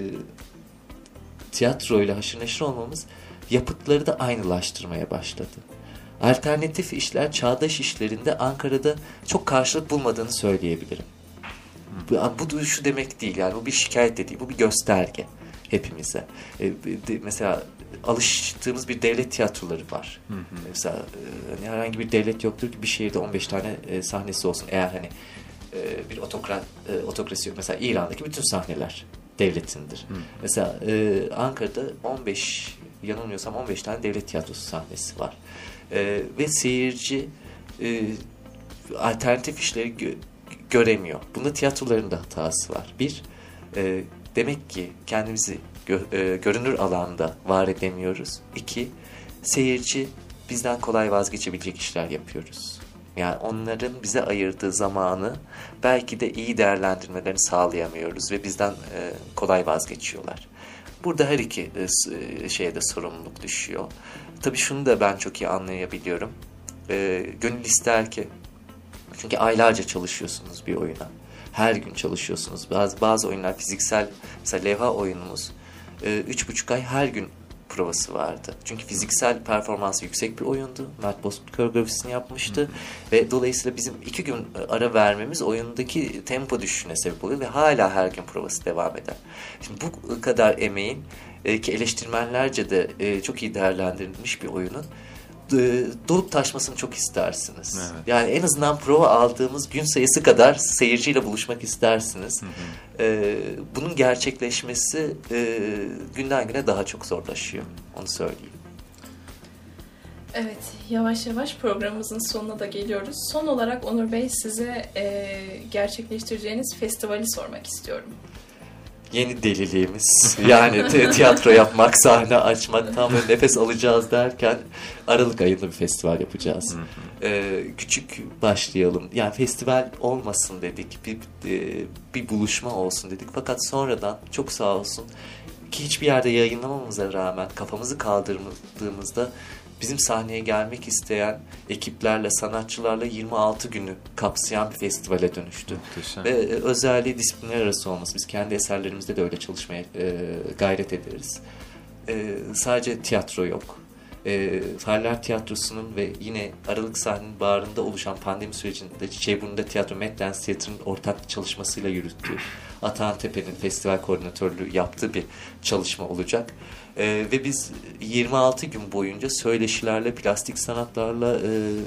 tiyatroyla haşır neşir olmamız yapıtları da aynılaştırmaya başladı. Alternatif işler, çağdaş işlerinde Ankara'da çok karşılık bulmadığını söyleyebilirim. Bu, bu şu demek değil, yani bu bir şikayet de değil, bu bir gösterge hepimize. E, de, mesela alıştığımız bir devlet tiyatroları var. Hı hı. Mesela e, herhangi bir devlet yoktur ki bir şehirde on beş tane e, sahnesi olsun. Eğer hani e, bir otokrat e, otokrasi yok. Mesela İran'daki bütün sahneler devletindir. Hı. Mesela e, Ankara'da on beş, yanılmıyorsam on beş tane devlet tiyatrosu sahnesi var. E, ve seyirci e, alternatif işleri gö- göremiyor. Bunda tiyatroların da hatası var. Bir, e, demek ki kendimizi gö- e, görünür alanda var edemiyoruz. İki, seyirci bizden kolay vazgeçebilecek işler yapıyoruz. Yani onların bize ayırdığı zamanı belki de iyi değerlendirmelerini sağlayamıyoruz ve bizden e, kolay vazgeçiyorlar. Burada her iki e, şeye de sorumluluk düşüyor. Tabii şunu da ben çok iyi anlayabiliyorum. E, gönül ister ki, çünkü aylarca çalışıyorsunuz bir oyuna. Her gün çalışıyorsunuz. Bazı bazı oyunlar fiziksel, mesela levha oyunumuz e, üç buçuk ay her gün provası vardı. Çünkü fiziksel performansı yüksek bir oyundu. Mert Bozkurt koreografisini yapmıştı. Hı. Ve dolayısıyla bizim iki gün ara vermemiz oyundaki tempo düşüşüne sebep oluyor ve hala her gün provası devam eder. Şimdi bu kadar emeğin e, ki eleştirmenlerce de e, çok iyi değerlendirilmiş bir oyunun dolup taşmasını çok istersiniz. Evet. Yani en azından prova aldığımız gün sayısı kadar seyirciyle buluşmak istersiniz. Hı hı. Ee, bunun gerçekleşmesi e, günden güne daha çok zorlaşıyor. Onu söyleyeyim. Evet, yavaş yavaş programımızın sonuna da geliyoruz. Son olarak Onur Bey, size e, gerçekleştireceğiniz festivali sormak istiyorum. Yeni deliliğimiz, yani tiyatro yapmak, sahne açmak, tam böyle nefes alacağız derken Aralık ayında bir festival yapacağız. Ee, küçük başlayalım. Yani festival olmasın dedik, bir, bir buluşma olsun dedik. Fakat sonradan çok sağ olsun ki hiçbir yerde yayınlamamıza rağmen kafamızı kaldırdığımızda bizim sahneye gelmek isteyen ekiplerle, sanatçılarla yirmi altı günü kapsayan bir festivale dönüştü. Muhteşem. Ve e, özelliği disiplinler arası olması. Biz kendi eserlerimizde de öyle çalışmaya e, gayret ederiz. E, sadece tiyatro yok. E, Fareler Tiyatrosu'nun ve yine Aralık Sahnenin bağrında oluşan pandemi sürecinde Çiçeğiburnu'nda Tiyatro Meddance Theatre'ın ortak çalışmasıyla yürüttüğü, Atahan Tepe'nin festival koordinatörlüğü yaptığı bir çalışma olacak. Ee, ve biz yirmi altı gün boyunca söyleşilerle, plastik sanatlarla,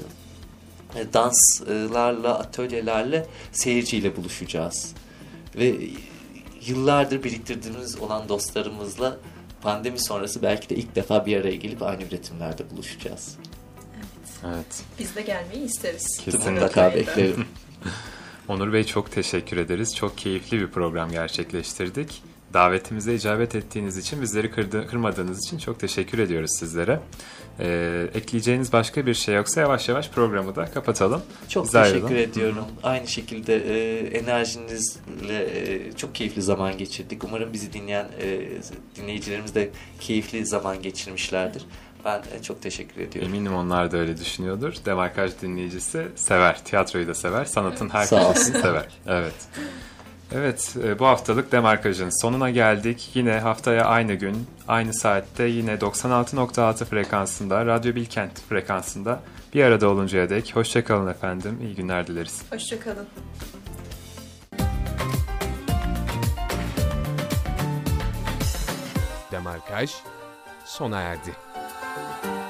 e, danslarla, atölyelerle seyirciyle buluşacağız. Ve yıllardır biriktirdiğimiz olan dostlarımızla pandemi sonrası belki de ilk defa bir araya gelip aynı üretimlerde buluşacağız. Evet. Evet. Biz de gelmeyi isteriz. Kesinlikle. Mutlaka beklerim. Onur Bey, çok teşekkür ederiz. Çok keyifli bir program gerçekleştirdik. Davetimize icabet ettiğiniz için, bizleri kırdı, kırmadığınız için çok teşekkür ediyoruz sizlere. Ee, ekleyeceğiniz başka bir şey yoksa yavaş yavaş programı da kapatalım. Çok Biz teşekkür ayrılalım. ediyorum. Hı-hı. Aynı şekilde e, enerjinizle e, çok keyifli zaman geçirdik. Umarım bizi dinleyen e, dinleyicilerimiz de keyifli zaman geçirmişlerdir. Ben e, çok teşekkür ediyorum. Eminim onlar da öyle düşünüyordur. Demarkaj dinleyicisi sever. Tiyatroyu da sever. Sanatın her köşesini sever. Evet. Evet, bu haftalık Demarkaj'ın sonuna geldik. Yine haftaya aynı gün, aynı saatte yine doksan altı nokta altı frekansında, Radyo Bilkent frekansında bir arada oluncaya dek hoşça kalın efendim. İyi günler dileriz. Hoşça kalın. Demarkaj sona erdi.